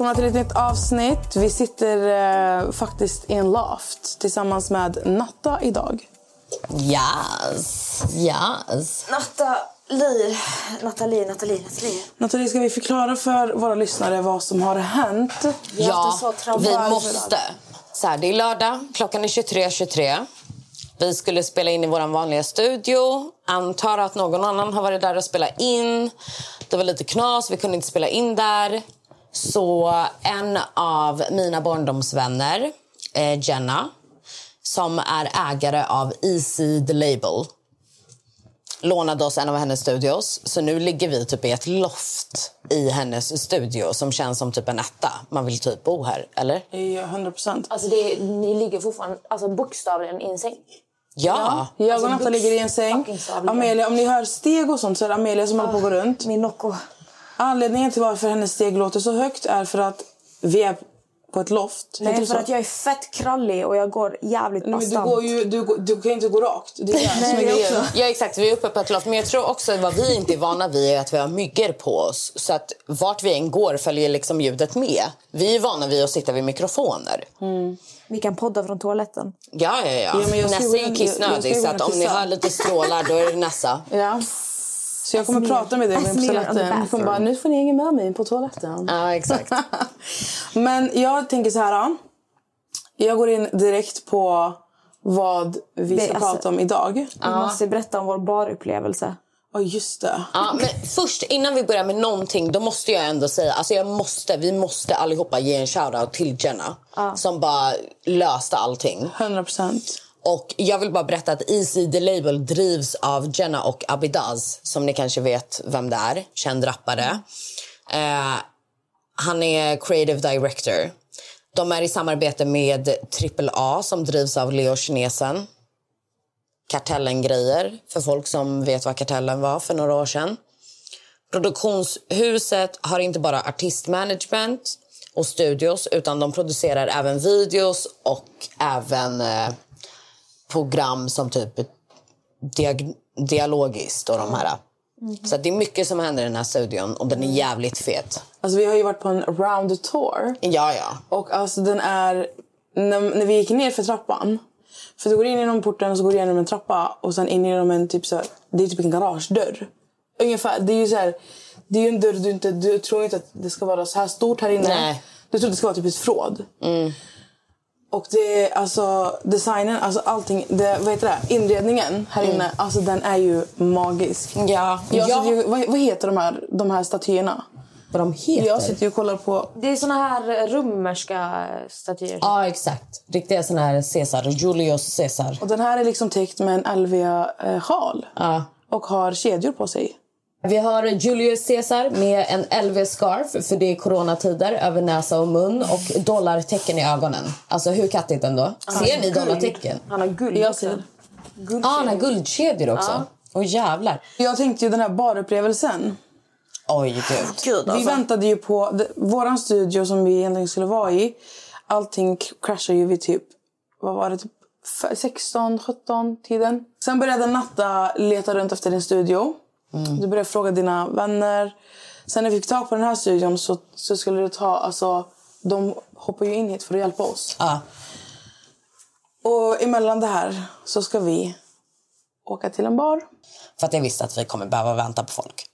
välkomna till ett nytt avsnitt. Vi sitter faktiskt i en loft tillsammans med Natta idag. Yes. Nathalie, ska vi förklara för våra lyssnare vad som har hänt? Ja, vi måste. Så här, det är lördag, klockan är 23:23. Vi skulle spela in i vår vanliga studio. Antar att någon annan har varit där och spelat in. Det var lite knas, vi kunde inte spela in där. Så en av mina barndomsvänner, Jenna, som är ägare av Easy the Label, lånade oss en av hennes studios. Så nu ligger vi typ i ett loft i hennes studio som känns som typ en etta. Man vill typ bo här, eller? Ja, 100%. Alltså ni ligger fortfarande bokstavligen i en säng. Ja. Jag och Natta ligger i en säng. Amelia, om ni hör steg och sånt så är det Amelia som håller på att gå runt. Min nocco. Anledningen till varför hennes steg låter så högt är för att vi är på ett loft. Nej, för att jag är fett krallig och jag går jävligt bastant. Men du kan ju inte gå rakt. Det är det som är grejen. Ja, exakt. Vi är uppe på ett loft. Men jag tror också att vad vi inte är vana vid är att vi har myggor på oss. Så att vart vi än går följer liksom ljudet med. Vi är vana vid att sitta vid mikrofoner. Vi kan podda från toaletten. Ja. Nessa är ju kissnödig. Så att om ni hör lite strålar, då är det Nessa. Ja. Så jag kommer prata med dig på toaletten. Jag kommer bara, nu får ni hänga med mig på toaletten. Ja, exakt. Men jag tänker så här. Jag går in direkt på vad vi ska prata om idag. Vi måste berätta om vår barupplevelse. Ja, just det. Ja, men först, innan vi börjar med någonting, då måste jag ändå säga, alltså vi måste allihopa ge en shoutout till Jenna. Som bara löste allting. 100%. Och jag vill bara berätta att Easy the Label drivs av Jenna och Abidaz, som ni kanske vet vem det är, känd rappare. Han är creative director. De är i samarbete med AAA som drivs av Leo Kinesen. Kartellen-grejer, för folk som vet vad Kartellen var för några år sedan. Produktionshuset har inte bara artistmanagement och studios, utan de producerar även videos och även program som typ dialogiskt och de här. Så det är mycket som händer i den här studion och den är jävligt fet. Alltså vi har ju varit på en round tour. Ja. Och alltså den är, när vi gick ner för trappan, för du går in genom porten och så går du igenom en trappa och sen in genom en typ så här, det är typ en garagedörr. Ungefär, det är ju så här, det är ju en dörr du tror inte att det ska vara så här stort här inne. Nej. Du tror att det ska vara typ ett förråd. Och det är alltså designen, alltså allting, vad heter det? Inredningen här inne, alltså den är ju magisk. Ja. Vad heter de här statyerna? Vad de heter? Jag sitter ju och kollar på. Det är såna här romerska statyer. Ja, exakt. Riktiga såna här Caesar, Julius Caesar. Och den här är liksom täckt med en LV-sjal. Och har kedjor på sig. Vi har Julius Caesar med en LV-scarf, för det är coronatider, över näsa och mun, och dollartecken i ögonen. Alltså hur kattigt ändå. Ser ni dollartecken? Han har guld också. Han har guldkedjor också. Och jävlar. Jag tänkte ju den här barupplevelsen. Oj, gud. Vi väntade ju på våran studio som vi egentligen skulle vara i. Allting crashade ju vid typ, vad var det, typ 16-17 tiden. Sen började Natta leta runt efter en studio. Du började fråga dina vänner. Sen när vi fick tag på den här studion så skulle det ta, alltså de hoppar ju in hit för att hjälpa oss. Och emellan det här så ska vi åka till en bar. För att jag visste att vi kommer behöva vänta på folk.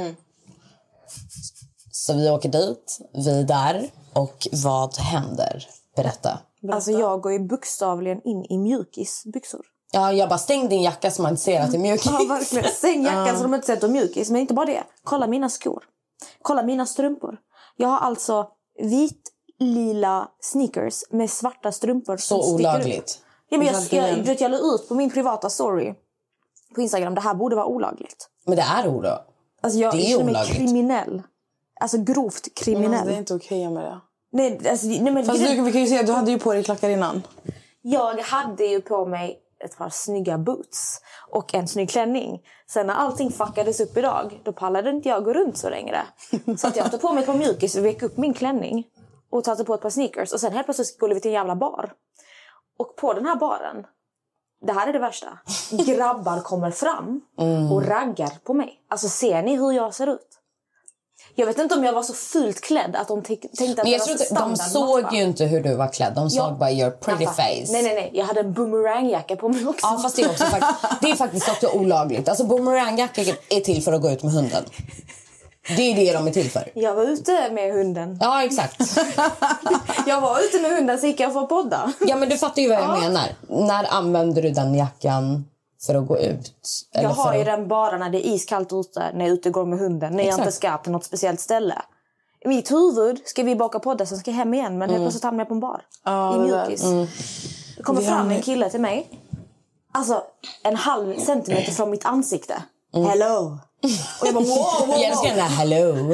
Så vi åker dit, vi är där. Och vad händer? Berätta. Alltså jag går ju bokstavligen in i mjukisbyxor. Ja, jag bara stäng din jacka så man inte ser att det är mjukis. Ja, verkligen. Stäng jackan så de inte ser att det är mjukis. Men inte bara det. Kolla mina skor. Kolla mina strumpor. Jag har alltså vit-lila sneakers med svarta strumpor. Så olagligt. Ja, men jag la ut på min privata story på Instagram. Det här borde vara olagligt. Men det är olagligt. Alltså jag det är känner mig olagligt. Kriminell. Alltså grovt kriminell. Men det är inte okej med det. Nej, men fast vi kan ju se, du hade ju på dig klackar innan. Jag hade ju på mig ett par snygga boots och en snygg klänning. Sen när allting fuckades upp idag, då pallade inte jag gå runt så längre. Så att jag tog på mig ett par mjukis och vek upp min klänning och tog på ett par sneakers. Och sen helt plötsligt skulle vi till en jävla bar. Och på den här baren, det här är det värsta, grabbar kommer fram och raggar på mig. Alltså ser ni hur jag ser ut? Jag vet inte om jag var så fult klädd att de tänkte att men jag tror inte, de såg ju inte hur du var klädd. De såg bara your pretty face. Nej. Jag hade en boomerangjacka på mig också. Ja, fast det är, också det är faktiskt också olagligt. Alltså boomerangjacka är till för att gå ut med hunden. Det är det de är till för. Jag var ute med hunden. Ja, exakt. Jag var ute med hunden så gick jag för att podda. Ja, men du fattar ju vad jag menar. När använder du den jackan för att gå ut? Eller jag har ju den bara när det är iskallt ute, när jag är ute och går med hunden. När jag inte ska till något speciellt ställe. I mitt huvud ska vi baka poddar, sen ska jag hem igen. Men helt plötsligt hamnar jag på en bar. I mjukis. Det kommer fram en kille till mig. Alltså, 1/2 centimeter från mitt ansikte. Hello. Och jag bara wow. Jag älskar den där hello.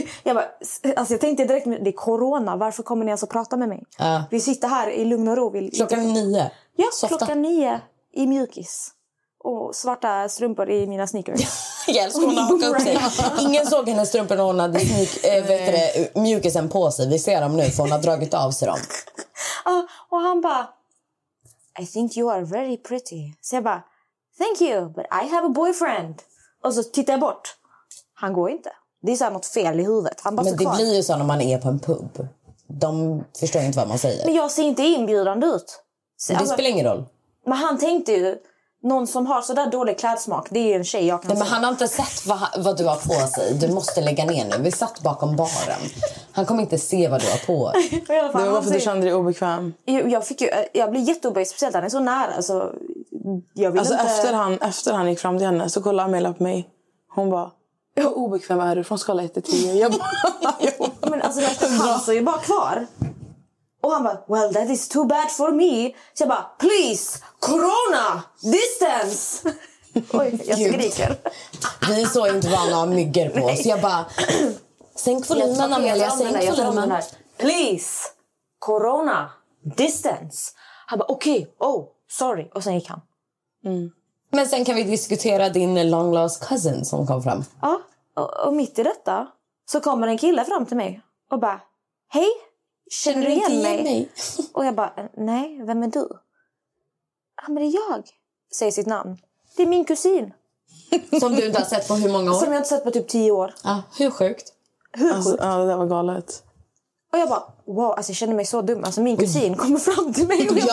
jag tänkte direkt, det är corona. Varför kommer ni alltså prata med mig? Vi sitter här i lugn och ro. Klockan 9. Ja, klockan 9 i mjukis. Och svarta strumpor i mina sneakers. Jag älskar hon har hakat upp sig. Ingen såg hennes strumpor när hon hade mjukisen på sig. Vi ser dem nu för hon har dragit av sig dem. Och han bara, I think you are very pretty. Så jag bara, thank you, but I have a boyfriend. Och så tittar jag bort. Han går inte. Det är så här något fel i huvudet. Han bara men det kvar. Blir ju så när man är på en pub. De förstår inte vad man säger. Men jag ser inte inbjudande ut. Så, det spelar ingen roll. Men han tänkte ju, någon som har så där dålig klädsmak, det är ju en tjej jag kan men han har inte sett vad du har på sig. Du måste lägga ner nu. Vi satt bakom baren. Han kommer inte se vad du har på. Det var varför du kände dig obekväm. Jag blev jätteobekväm, speciellt han är så nära. Så jag vill alltså inte... efter han gick fram till henne så kollade Amelia på mig. Hon bara, hur obekväm är du från skala 1 till 10? Jag bara, men alltså han står ju bara kvar. Och han bara, well that is too bad for me. Så jag bara, please, corona, distance. Oj, jag skriker. Vi såg inte vad han har myggor på. Så jag bara, sänk volymen Amelia, sänk volymen. Please, corona, distance. Han bara, okej, sorry. Och sen gick han. Men sen kan vi diskutera din long lost cousin som kom fram. Ja, och mitt i detta så kommer en kille fram till mig och bara, hej. Känner du igen mig? Och jag bara, nej, vem är du? Ja, men det är jag. Säger sitt namn. Det är min kusin. Som du inte har sett på hur många år? Som jag inte sett på typ 10 år. Ja, hur sjukt? Alltså, ja, det där var galet. Och jag bara, wow, alltså jag känner mig så dum. Alltså min kusin kommer fram till mig och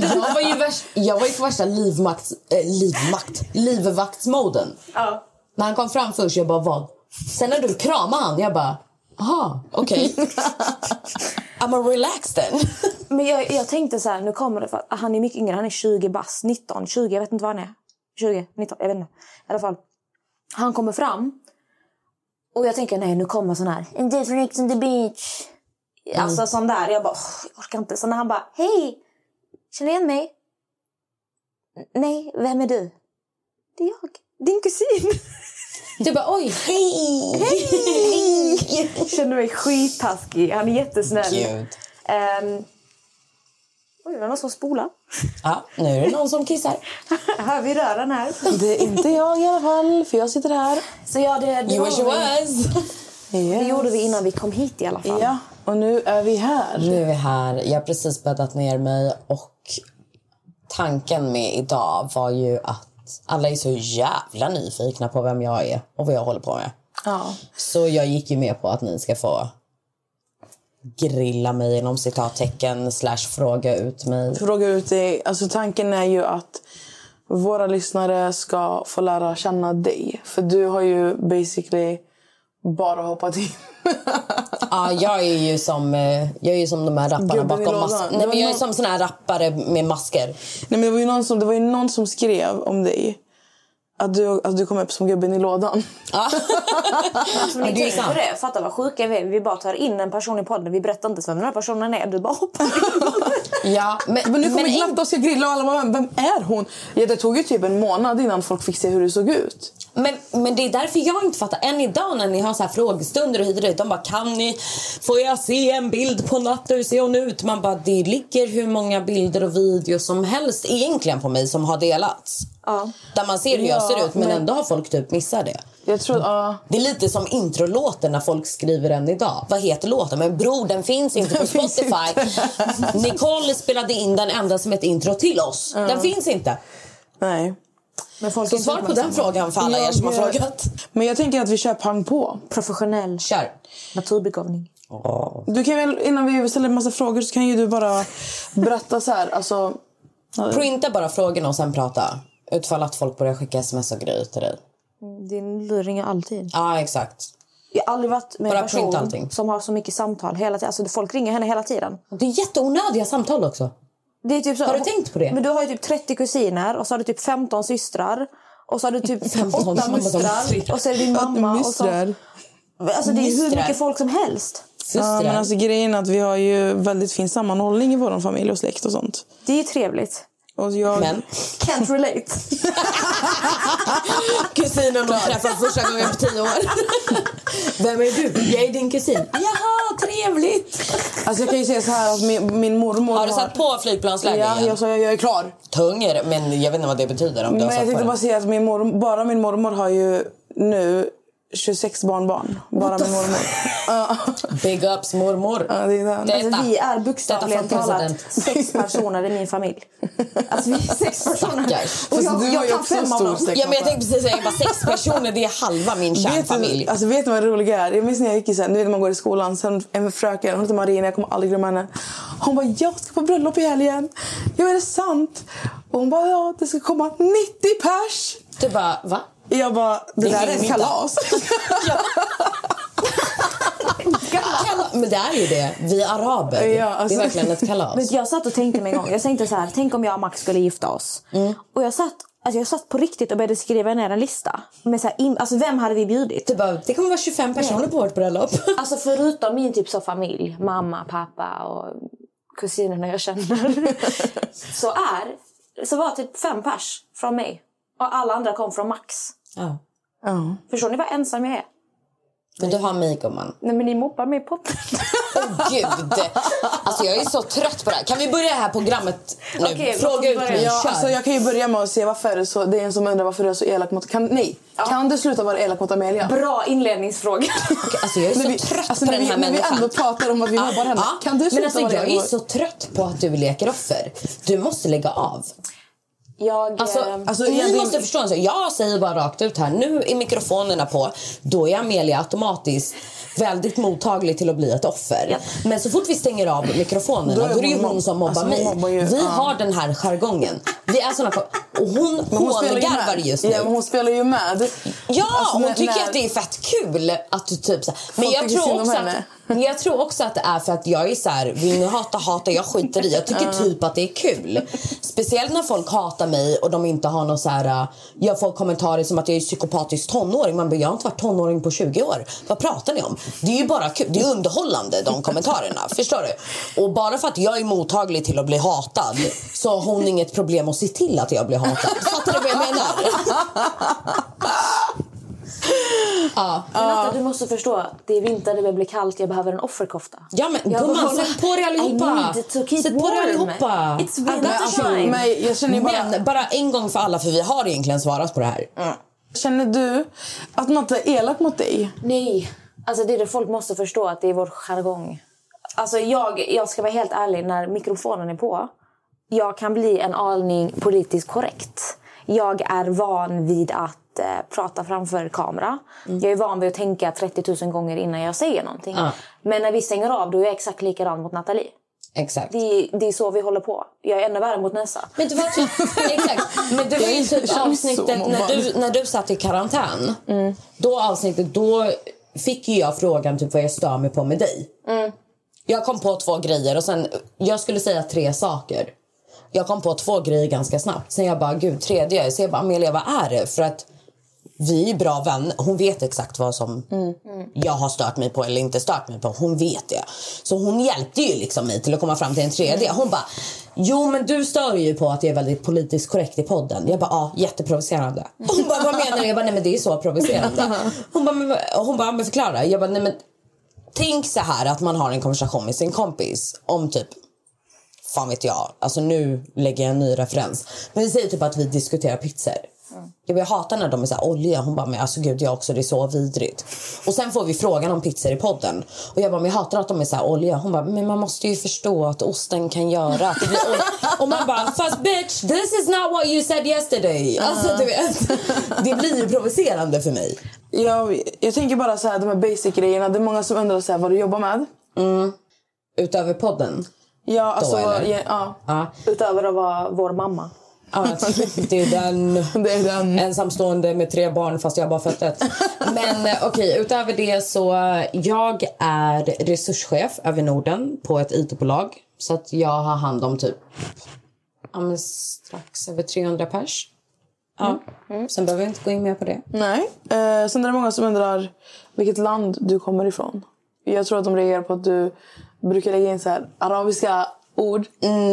jag var ju på värsta livvaktsmoden. Ja. När han kom fram först, jag bara, vad? Sen när du kramade han, jag bara, aha, okej. I'm a relax then. Men jag tänkte så här, nu kommer det för att han är mycket yngre, han är 20 bass, 19, 20, jag vet inte vad han är. 20, 19, jag vet inte. I alla fall, han kommer fram och jag tänker, nej, nu kommer sån här And different on the beach. Alltså sån där, jag bara, jag orkar inte. Så när han bara, hej, känner du igen mig? Nej, vem är du? Det är jag, din kusin. Du bara, oj, hej! Jag känner mig skittaskig. Han är jättesnäll. Oj, det är någon som spolar. Ja, nu är det någon som kissar. Hör vi rören här? Det är inte jag i alla fall, för jag sitter här. Så ja, det you wish you was. Det gjorde vi innan vi kom hit i alla fall. Ja, och nu är vi här. Nu är vi här. Jag har precis bäddat ner mig och tanken med idag var ju att alla är så jävla nyfikna på vem jag är och vad jag håller på med. Ja. Så jag gick ju med på att ni ska få grilla mig inom citattecken / fråga ut mig. Fråga ut dig. Alltså tanken är ju att våra lyssnare ska få lära känna dig. För du har ju basically bara hoppat in. Ja, jag är ju som de här rapparna bakom masker. Nej, men jag är som såna här rappare med masker. Nej, men det var ju någon som skrev om dig att du kom upp som gubben i lådan. Ja. Alltså, men det är sant. Det. Fatta vad sjuka vi är. Vi bara tar in en person i podden. Vi berättar inte vem den här personen är. Du bara hoppar in. Ja, men nu kommer glatt och ska grilla och alla bara, vem är hon? Ja, det tog ju typ en månad innan folk fick se hur det såg ut. Men det är därför jag inte fattar. Än idag när ni har så här frågestunder och hit. De bara, får jag se en bild på Natta? Hur ser hon ut? Man bara, det ligger hur många bilder och videos som helst egentligen på mig som har delats. Ja. Där man ser hur jag ser ut, men ändå har folk typ missat det. Jag tror det är lite som introlåten när folk skriver än idag. Vad heter låten? Men bror, den finns inte på Spotify. Nicole spelade in den enda som ett intro till oss. Den finns inte. Nej. Men folk Så svar på den frågan för alla er som har frågat. Men jag tänker att vi kör pang på. Professionell. Kör. Naturbegåvning. Du kan väl, innan vi ställer en massa frågor så kan ju du bara berätta så här. Alltså... Printa bara frågorna och sen prata. Utfall att folk börjar skicka sms och grejer till dig. Din lur ringer alltid. Ja, exakt. Jag har aldrig varit med bara en person som har så mycket samtal hela tiden. Alltså folk ringer henne hela tiden. Det är jätteonödiga samtal också. Det är typ så, har du tänkt på det? Men du har ju typ 30 kusiner och så har du typ 15 systrar. Och så har du typ 8 mystrar. Och så är det din mamma. Och så, alltså det är hur mycket folk som helst. Ja, men alltså grejen är att vi har ju väldigt fin sammanhållning i vår familj och släkt och sånt. Det är ju trevligt. Och jag... Men can't relate. Kusinen de träffar första gången på 10 år. Vem är du? Jag är din kusin. Jaha, trevligt. Alltså jag kan ju säga så här att min mormor har du satt på flygplansläge igen? Ja, jag sa jag är klar. Tunger, men jag vet inte vad det betyder. Om men jag tänkte bara säga att min mormor har ju nu 26 barnbarn. Bara min mormor. Big ups mormor. Ja, det är den. Alltså, vi är bokstavligen talat 6 personer i min familj. Alltså vi är 6 personer. Och jag kan 5 av dem. Ja, men jag tänkte precis säga, bara 6 personer, det är halva min kärnfamilj. Alltså vet du vad det roliga är? Jag minns när jag gick i sen, du vet när man går i skolan, sen en fröken, hon heter Marina, jag kommer aldrig glömma henne. Hon bara, jag ska på bröllop i helgen. Ja, är det sant? Och hon bara, ja, det ska komma 90 pers. Du bara, va? Jag bara, det där är ett kalas. Men det är ju det. Vi är araber. Ja, alltså. Det är verkligen ett kalas. Men jag satt och tänkte mig en gång. Jag tänkte så här, tänk om jag och Max skulle gifta oss. Och jag satt på riktigt och började skriva ner en lista. Med så här, alltså vem hade vi bjudit? Det kommer vara 25 personer på vårt bröllop. Alltså förutom min typ så familj. Mamma, pappa och kusinerna jag känner. så var typ 5 pers från mig. Och alla andra kom från Max. Ja. Förstår ni vad ensam jag är? Men du har mig, gumman. Nej, men ni moppar mig i potten. Gud. Alltså jag är så trött på det här. Kan vi börja det här programmet nu? Okej, fråga ut mig. Ja, alltså jag kan ju börja med att se varför så det är en som undrar varför du är så elak mot... Kan du sluta vara elak mot Amelia? Bra inledningsfråga. Okej, alltså jag är så trött på den här när vi människan. ändå pratar om att vi mobbar henne. Kan du sluta vara jag är så trött på att du leker offer. Du måste lägga av. Ni måste förstå en sak. Jag säger bara rakt ut här. Nu är mikrofonerna på. Då är Amelia automatiskt väldigt mottaglig till att bli ett offer. Ja. Men så fort vi stänger av mikrofonerna, då är det ju hon som mobbar mig. Vi har den här jargongen. Vi är såna, och hon hångarvar just nu. Ja, men hon spelar ju med. Ja, alltså, hon tycker att det är fett kul att du typ så här. Men jag tror också att det är för att jag är så här, vill ni hata, jag skiter i. Jag tycker typ att det är kul. Speciellt när folk hatar mig och de inte har något så här. Jag får kommentarer som att jag är psykopatisk tonåring. Man bara, jag har inte varit tonåring på 20 år. Vad pratar ni om? Det är ju bara kul. Det är underhållande, de kommentarerna. Förstår du? Och bara för att jag är mottaglig till att bli hatad, så har hon inget problem att se till att jag blir hatad. Fattar du vad jag menar? Men att du måste förstå, det är vinter, det börjar bli kallt, jag behöver en offerkofta. Ja, men gumman, sätt på dig allihopa. Sätt på dig allihopa. Men bara en gång för alla, för vi har egentligen svarat på det här. Känner du att något är elak mot dig? Nej, alltså det är det folk måste förstå, att det är vår jargong. Alltså jag ska vara helt ärlig, när mikrofonen är på, jag kan bli en aning politiskt korrekt. Jag är van vid att prata framför kamera. Jag är van vid att tänka 30 000 gånger innan jag säger någonting. Men när vi stänger av, då är jag exakt likadan mot Nathalie. Exakt. Det är så vi håller på. Jag är ännu värre mot Nessa. Men det var typ, exakt. Men det var ju typ avsnittet när du satt i karantän. Då fick ju jag frågan typ vad jag stör mig på med dig. Jag kom på 2 grejer och sen jag skulle säga 3 saker. Jag kom på 2 grejer ganska snabbt. Sen jag bara, gud, 3:e. Så jag bara, Amelia, vad är det? För att vi är bra vänner. Hon vet exakt vad som jag har stört mig på eller inte stört mig på. Hon vet det. Så hon hjälpte ju liksom mig till att komma fram till en 3:e. Hon bara, jo men du stör ju på att jag är väldigt politiskt korrekt i podden. Jag bara, ja, jätteprovocerande. Hon bara, vad menar du? Jag bara, nej men det är så provocerande. Hon bara, men förklara. Jag bara, nej men tänk så här att man har en konversation med sin kompis om typ, fan vet jag, alltså nu lägger jag en ny referens. Men vi säger typ att vi diskuterar pizzor. Jag hatar när de är så här olja. Hon bara, men alltså gud, jag också, det är så vidrigt. Och sen får vi frågan om pizzor i podden. Och jag bara, men jag hatar att de är så här olja. Hon bara, men man måste ju förstå att osten kan göra att det blir olja. Och man bara, fast bitch, this is not what you said yesterday. Alltså du vet, det blir ju provocerande för mig. Jag tänker bara så här, de här basic-grejerna. Det är många som undrar så här, vad du jobbar med. Utöver podden? Ja, alltså, ja. Utöver att vara vår mamma. Ja, det är den ensamstående med 3 barn fast jag bara fött ett. Men okej, utöver det så jag är resurschef över Norden på ett IT-bolag. Så att jag har hand om typ strax över 300 pers. Ja. Sen behöver jag inte gå in mer på det. Nej. Sen är det många som undrar vilket land du kommer ifrån. Jag tror att de reagerar på att du brukar lägga in så här arabiska ord.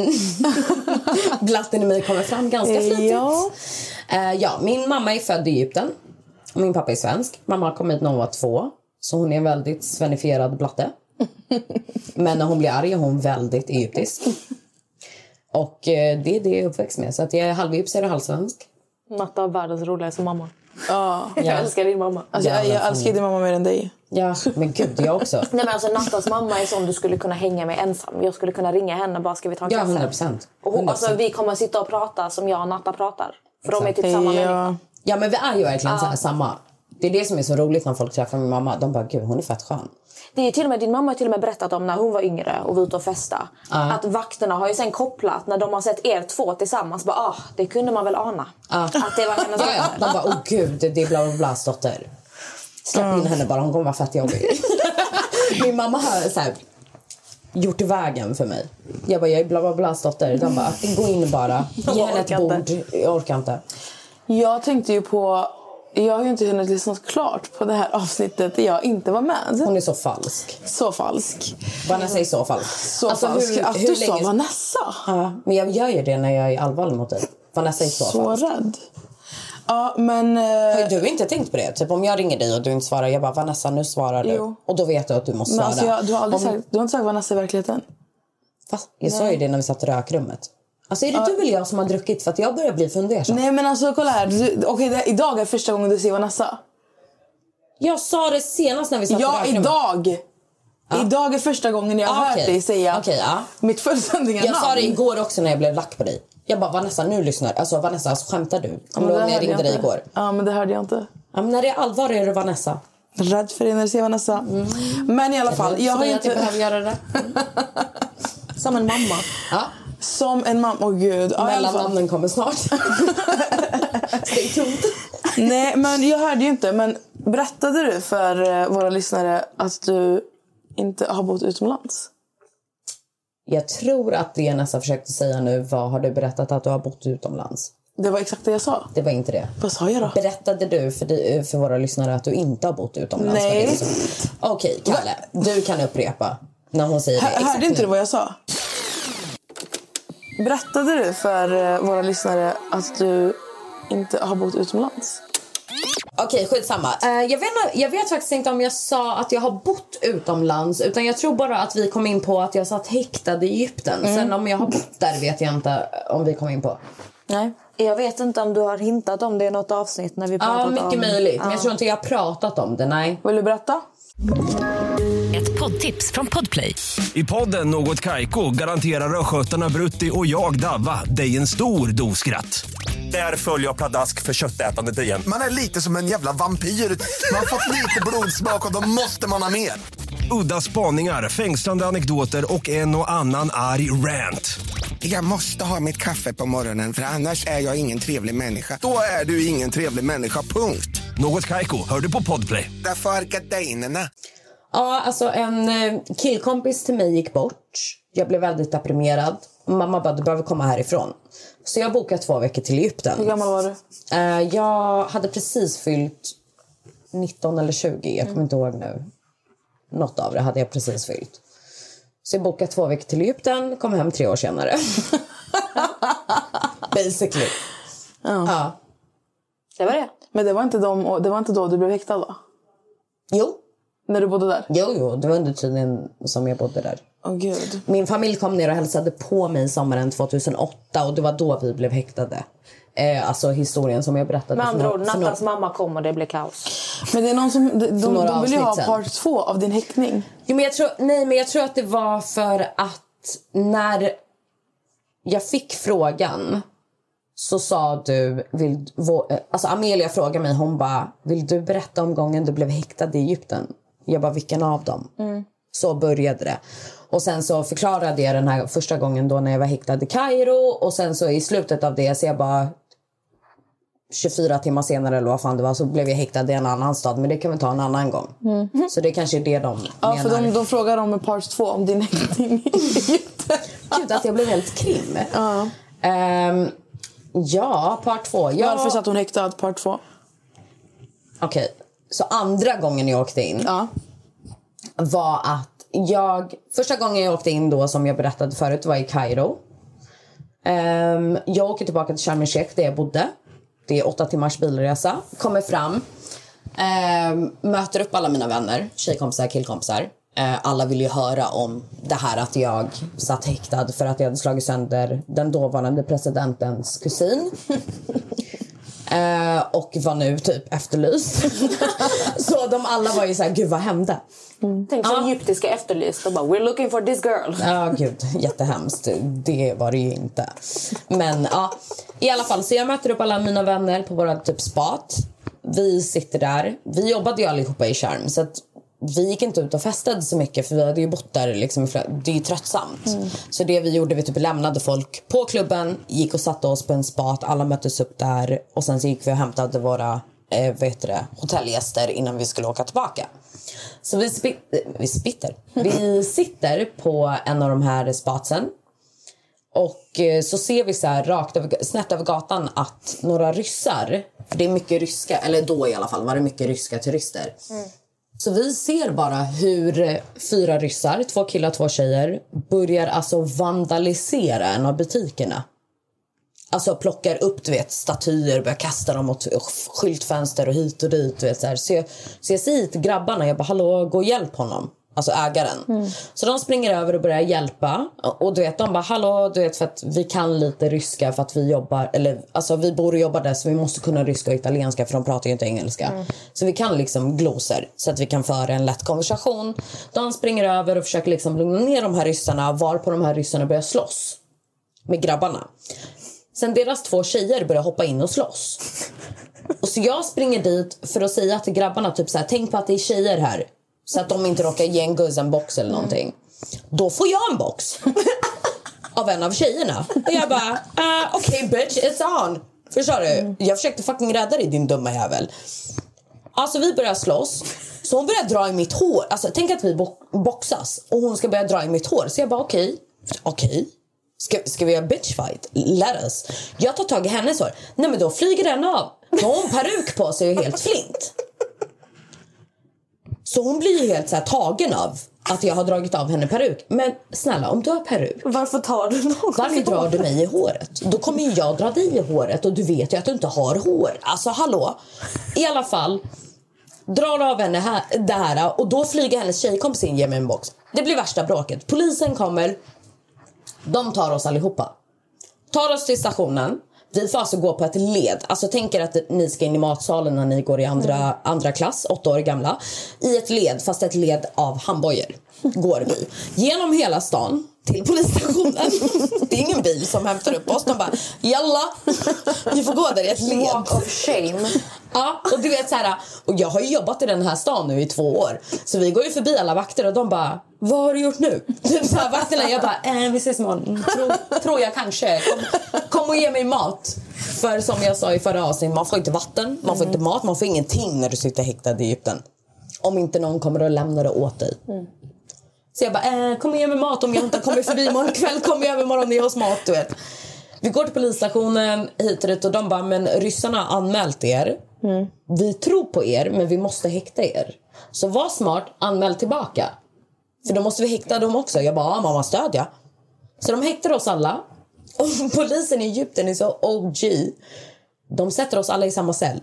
Blatten i mig kommer fram ganska flitigt. Ja, min mamma är född i Egypten. Och min pappa är svensk. Mamma kom hit när hon var 2. Så hon är en väldigt svenifierad blatte. Men när hon blir arg är hon väldigt egyptisk. Och det är det jag är uppväxt med. Så att jag är halvegyptier och halvsvensk. Natta av världens roligaste mamma. Ja. Jag älskar din mamma. Alltså, jag älskar din mamma mer än dig. Ja, men gud, jag också. Nej, men alltså Nattas mamma är sån du skulle kunna hänga med ensam. Jag skulle kunna ringa henne och bara, ska vi ta en kaffe? Ja, 100%. Och hon, alltså, vi kommer sitta och prata som jag och Natta pratar. För de är typ samma människa. Ja, men vi är ju verkligen så här samma. Det är det som är så roligt när folk träffar min mamma. De bara, gud, hon är fett skön. Det är till och med, din mamma har till och med berättat om när hon var yngre och var ute och festa. Att vakterna har ju sen kopplat när de har sett er 2 tillsammans. Bara, det kunde man väl ana. Att det var hennes dotter. De bara, gud, det är bla bla blas dotter. Släpp in henne bara, hon kommer vara fett jobbig. Min mamma har så här gjort vägen för mig. Jag bara, jag är bla bla blas dotter. De bara, gå in bara. Ge henne ett bord. Jag orkar inte. Jag tänkte ju på... Jag har ju inte hunnit lyssna klart på det här avsnittet där jag inte var med. Hon är så falsk. Så falsk. Vanessa är så falsk. Så alltså, falsk. Att du sa Vanessa. Ja, men jag gör ju det när jag är allvarlig mot dig. Vanessa är så falsk. Så rädd. Ja, men... Har du inte tänkt på det? Typ om jag ringer dig och du inte svarar, jag bara, Vanessa, nu svarar du. Jo. Och då vet du att du måste svara. Men alltså, du har inte sagt Vanessa i verkligen. Va? Jag sa ju det när vi satt i rökrummet. Alltså är det du eller jag som har druckit? För att jag börjar bli fundersam. Nej, men alltså kolla här. Idag är första gången du ser Vanessa. Jag sa det senast när vi satt i rökrummet. Idag är första gången jag har hört dig säga mitt fullständiga namn. Jag sa det igår också när jag blev lack på dig. Jag bara, Vanessa, nu lyssnar. Alltså Vanessa, alltså, skämtar du? Kommer du ihåg när jag ringde dig igår? Ja, men det hörde jag inte. Ja, men när det är allvar är det Vanessa. Rädd för dig när du ser Vanessa. Men i alla fall, jag har inte... Jag behöver göra det. Som en mamma. Ja. Som en mamma, gud. Mellannamnen kommer snart. Stay tuned. Nej, men jag hörde ju inte. Men berättade du för våra lyssnare att du inte har bott utomlands? Jag tror att det jag nästan försökte säga nu var, har du berättat att du har bott utomlands? Det var exakt det jag sa. Det var inte det. Vad sa jag då? Berättade du för våra lyssnare att du inte har bott utomlands? Nej. Okej, Kalle, du kan upprepa när hon säger det. Hörde inte du vad jag sa? Berättade du för våra lyssnare att du inte har bott utomlands? Okej, skitsamma. Jag vet faktiskt inte om jag sa att jag har bott utomlands. Utan jag tror bara att vi kom in på att jag satt häktad i Egypten. Sen om jag har bott där vet jag inte om vi kom in på. Nej. Jag vet inte om du har hintat om det i något avsnitt när vi pratat om... Ja, mycket möjligt. Men jag tror inte jag har pratat om det, nej. Vill du berätta? Ett poddtips från Podplay. I podden Något Kaiko garanterar röskötarna Brutti och jag Davva dig en stor doskratt. Där följer jag pladask för köttätandet igen. Man är lite som en jävla vampyr. Man har fått lite blodsmak och då måste man ha mer. Udda spaningar, fängslande anekdoter och en och annan arg rant. Jag måste ha mitt kaffe på morgonen för annars är jag ingen trevlig människa. Då är du ingen trevlig människa, punkt. Något Kaiko, hör du på Podplay. Därför är gardinerna. Ja, alltså en killkompis till mig gick bort. Jag blev väldigt deprimerad. Mamma bara, du behöver komma härifrån. Så jag bokade 2 veckor till Egypten. Hur gammal var du? Jag hade precis fyllt 19 eller 20. Jag kommer inte ihåg nu. Något av det hade jag precis fyllt. Så jag bokade 2 veckor till Egypten. Kom hem 3 år senare. Basically. Ja. Det var det. Men det var inte då du blev häktad, va? Jo. När du bodde där? Jo, det var under tiden som jag bodde där. Åh gud. Min familj kom ner och hälsade på mig sommaren 2008 och det var då vi blev häktade. alltså historien som jag berättade. Med andra ord, Nattas mamma kom och det blev kaos. Men det är någon som de vill ju ha part 2 av din häktning. Jo, men jag tror att det var för att när jag fick frågan så sa du, alltså Amelia frågade mig, hon bara, vill du berätta om gången du blev häktad i Egypten? Jag bara, vilken av dem? Så började det. Och sen så förklarade jag den här första gången då när jag var häktad i Kairo. Och sen så i slutet av det så jag bara 24 timmar senare eller vad fan det var, så blev jag häktad i en annan stad. Men det kan vi ta en annan gång. Så det kanske är det de menar. Ja, för de frågar om med part 2 om din häktning i Egypten. Gud, att jag blev helt krim. Ja, part 2. Varför satt hon häktad part 2? Okej, så andra gången jag åkte in var att första gången jag åkte in då, som jag berättade förut, var i Kairo. Jag åker tillbaka till Sharm el-Sheikh där jag bodde. Det är 8 timmars bilresa. Kommer fram, möter upp alla mina vänner, tjejkompisar, killkompisar. Alla vill ju höra om det här att jag satt häktad för att jag hade slagit sönder den dåvarande presidentens kusin. Och var nu typ efterlyst. Så de alla var ju så här, gud vad hände? Tänk så egyptiska efterlyst och bara, we're looking for this girl. Ja, gud, jättehemskt. Det var det ju inte. Men ja, i alla fall, så jag möter upp alla mina vänner på våra typ spat. Vi sitter där. Vi jobbade ju allihopa i Sharm, så att vi gick inte ut och festade så mycket, för vi hade ju bott där liksom, det är ju tröttsamt. Så det vi gjorde, vi typ lämnade folk på klubben, gick och satte oss på en spat, alla möttes upp där och sen så gick vi och hämtade våra hotellgäster innan vi skulle åka tillbaka. Så vi sitter på en av de här spatsen och så ser vi så här snett över gatan att några ryssar, för det är mycket ryska, eller då i alla fall var det mycket ryska turister. Så vi ser bara hur 4 ryssar, 2 killar, 2 tjejer, börjar alltså vandalisera en av butikerna. Alltså plockar upp, du vet, statyer, börjar kasta dem mot skyltfönster och hit och dit, du vet, så här. Så jag säger till grabbarna, jag bara, hallå, gå och hjälp honom. Alltså ägaren. Så de springer över och börjar hjälpa. Och du vet, de bara, hallå, du vet, för att vi kan lite ryska för att vi jobbar, eller alltså vi bor och jobbar där, så vi måste kunna ryska och italienska, för de pratar ju inte engelska. Så vi kan liksom glosor så att vi kan föra en lätt konversation. De springer över och försöker liksom lugna ner de här ryssarna, varpå de här ryssarna börjar slåss med grabbarna. Sen deras 2 tjejer börjar hoppa in och slåss. Och så jag springer dit för att säga till grabbarna typ så här, tänk på att det är tjejer här, så att de inte råkar ge en guzz en box eller någonting. Då får jag en box av en av tjejerna. Och jag bara, okej, bitch, it's on. Förstår du? Jag försökte fucking rädda dig, din dumma jävel. Alltså vi börjar slåss. Så hon börjar dra i mitt hår. Alltså tänk att vi boxas och hon ska börja dra i mitt hår. Så jag bara, okej. Ska vi göra bitch fight? Let us. Jag tar tag i hennes hår. Nej, men då flyger den av. Då har hon peruk på sig och helt flint. Så hon blir ju helt så här tagen av att jag har dragit av henne peruk. Men snälla, om du har peruk, varför tar du någon? Varför drar du mig i håret? Då kommer ju jag dra dig i håret. Och du vet ju att du inte har hår. Alltså hallå. I alla fall drar av henne det här. Och då flyger hennes tjejkompis in, ger mig en box. Det blir värsta bråket. Polisen kommer. De tar oss allihopa. Tar oss till stationen. Vi får alltså gå på ett led. Alltså tänk er att ni ska in i matsalen när ni går i andra klass, 8 år gamla. I ett led, fast ett led av handbojor, går vi genom hela stan till polisstationen. Det är ingen bil som hämtar upp oss. De bara, jalla, vi får gå där i ett led. Walk of shame. Ja, och du vet så här. Och jag har ju jobbat i den här stan nu i 2 år. Så vi går ju förbi alla vakter och de bara, vad har du gjort nu? Så här, vakterna, jag bara, vi ses imorgon. Tror jag kanske. Kom och ge mig mat. För som jag sa i förra avsnittet, man får inte vatten, man får inte mat, man får ingenting när du sitter häktad i Egypten. Om inte någon kommer och lämnar det åt dig. Så jag bara, kom och ge mig mat om jag inte kommer förbi imorgon kväll. Kom över imorgon och ge oss mat, du vet. Vi går till polisstationen hit och dit och de bara, men ryssarna har anmält er. Vi tror på er, men vi måste häkta er. Så var smart, anmäl tillbaka. För då måste vi häkta dem också. Jag bara, mamma stödja. Så de häktar oss alla. Och polisen i Egypten är så OG. De sätter oss alla i samma cell.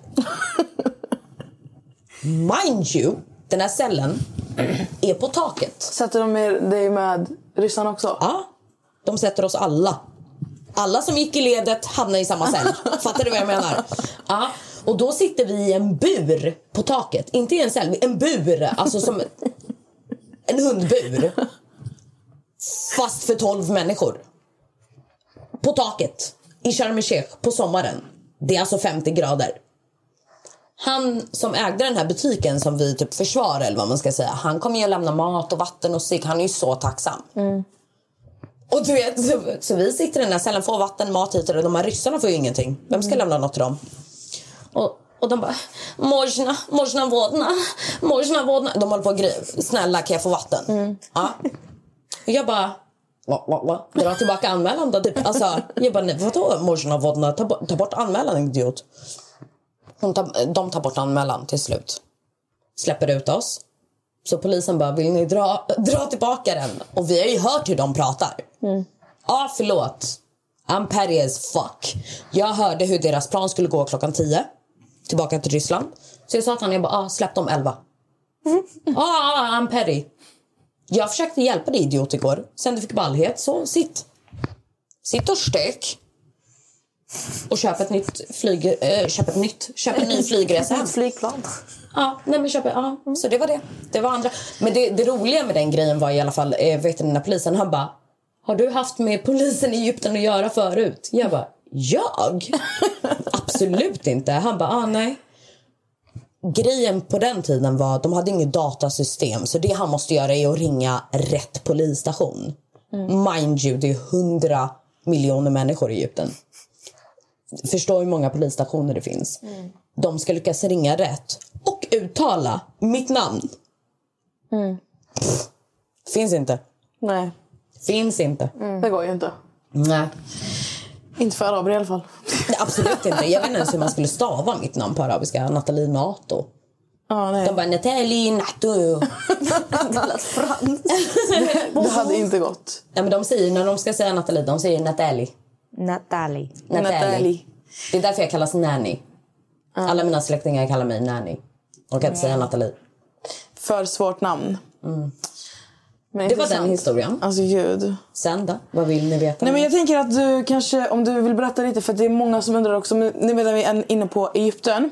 Mind you, den här cellen är på taket. Sätter de dig med ryssarna också? Ja, de sätter oss alla Alla som gick i ledet hamnade i samma cell. Fattar du vad jag menar? Ja. Och då sitter vi i en bur på taket. Inte i en cell, en bur. Alltså som en hundbur. Fast för 12 människor. På taket. I Sharm el-Sheikh på sommaren. Det är alltså 50 grader. Han som ägde den här butiken som vi typ försvarar, eller vad man ska säga, han kommer ju att lämna mat och vatten och cigg. Han är ju så tacksam. Och du vet, så vi sitter i den här cellen, får vatten, mat hit och de här ryssarna får ju ingenting. Vem ska lämna något till dem? Och de bara, можно vodna. De håller på att greja. Snälla, kan jag få vatten? Ja. Och jag bara, va? Dra tillbaka anmälan då, typ. Alltså, jag bara, nej, vadå можно vodna? Ta bort anmälan, idiot. De tar bort anmälan till slut. Släpper ut oss. Så polisen bara, vill ni dra tillbaka den? Och vi har ju hört hur de pratar. Ja, förlåt. I'm petty as fuck. Jag hörde hur deras plan skulle gå klockan 10. Tillbaka till Ryssland. Så jag sa till honom, jag bara, släpp dem 11. I'm petty. Jag försökte hjälpa dig, idiot, igår. Sen du fick ballhet, så sitt och stök. Och köp en ny flygresa hem. Flygplan. Ja, nej men så det var det. Det var andra. Men det roliga med den grejen var i alla fall, vet du, den där polisen, han bara, har du haft med polisen i Egypten att göra förut? Jag bara, jag? Absolut inte. Han bara, nej. Grejen på den tiden var att de hade inget datasystem. Så det han måste göra är att ringa rätt polisstation. Mind you, det är 100 miljoner människor i Egypten. Förstår hur många polisstationer det finns. De ska lyckas ringa rätt och uttala mitt namn. Finns inte. Nej. Finns inte. Det går ju inte. Nej. Inte för araber i alla fall. Absolut inte. Jag vet inte ens hur man skulle stava mitt namn på arabiska. Nathalie Nato. Nej. De bara, Nathalie Nato. Det hade inte gått. Ja, men de säger, när de ska säga Nathalie, de säger Nathalie. Nathalie. Det är därför jag kallas Nanny. Alla mina släktingar kallar mig Nanny. De kan inte säga Nathalie. För svårt namn. Men det var den historien. Alltså gud. Sen då? Vad vill ni veta? Nej, men jag tänker att du kanske, om du vill berätta lite, för att det är många som undrar också. Men nu medan vi är inne på Egypten.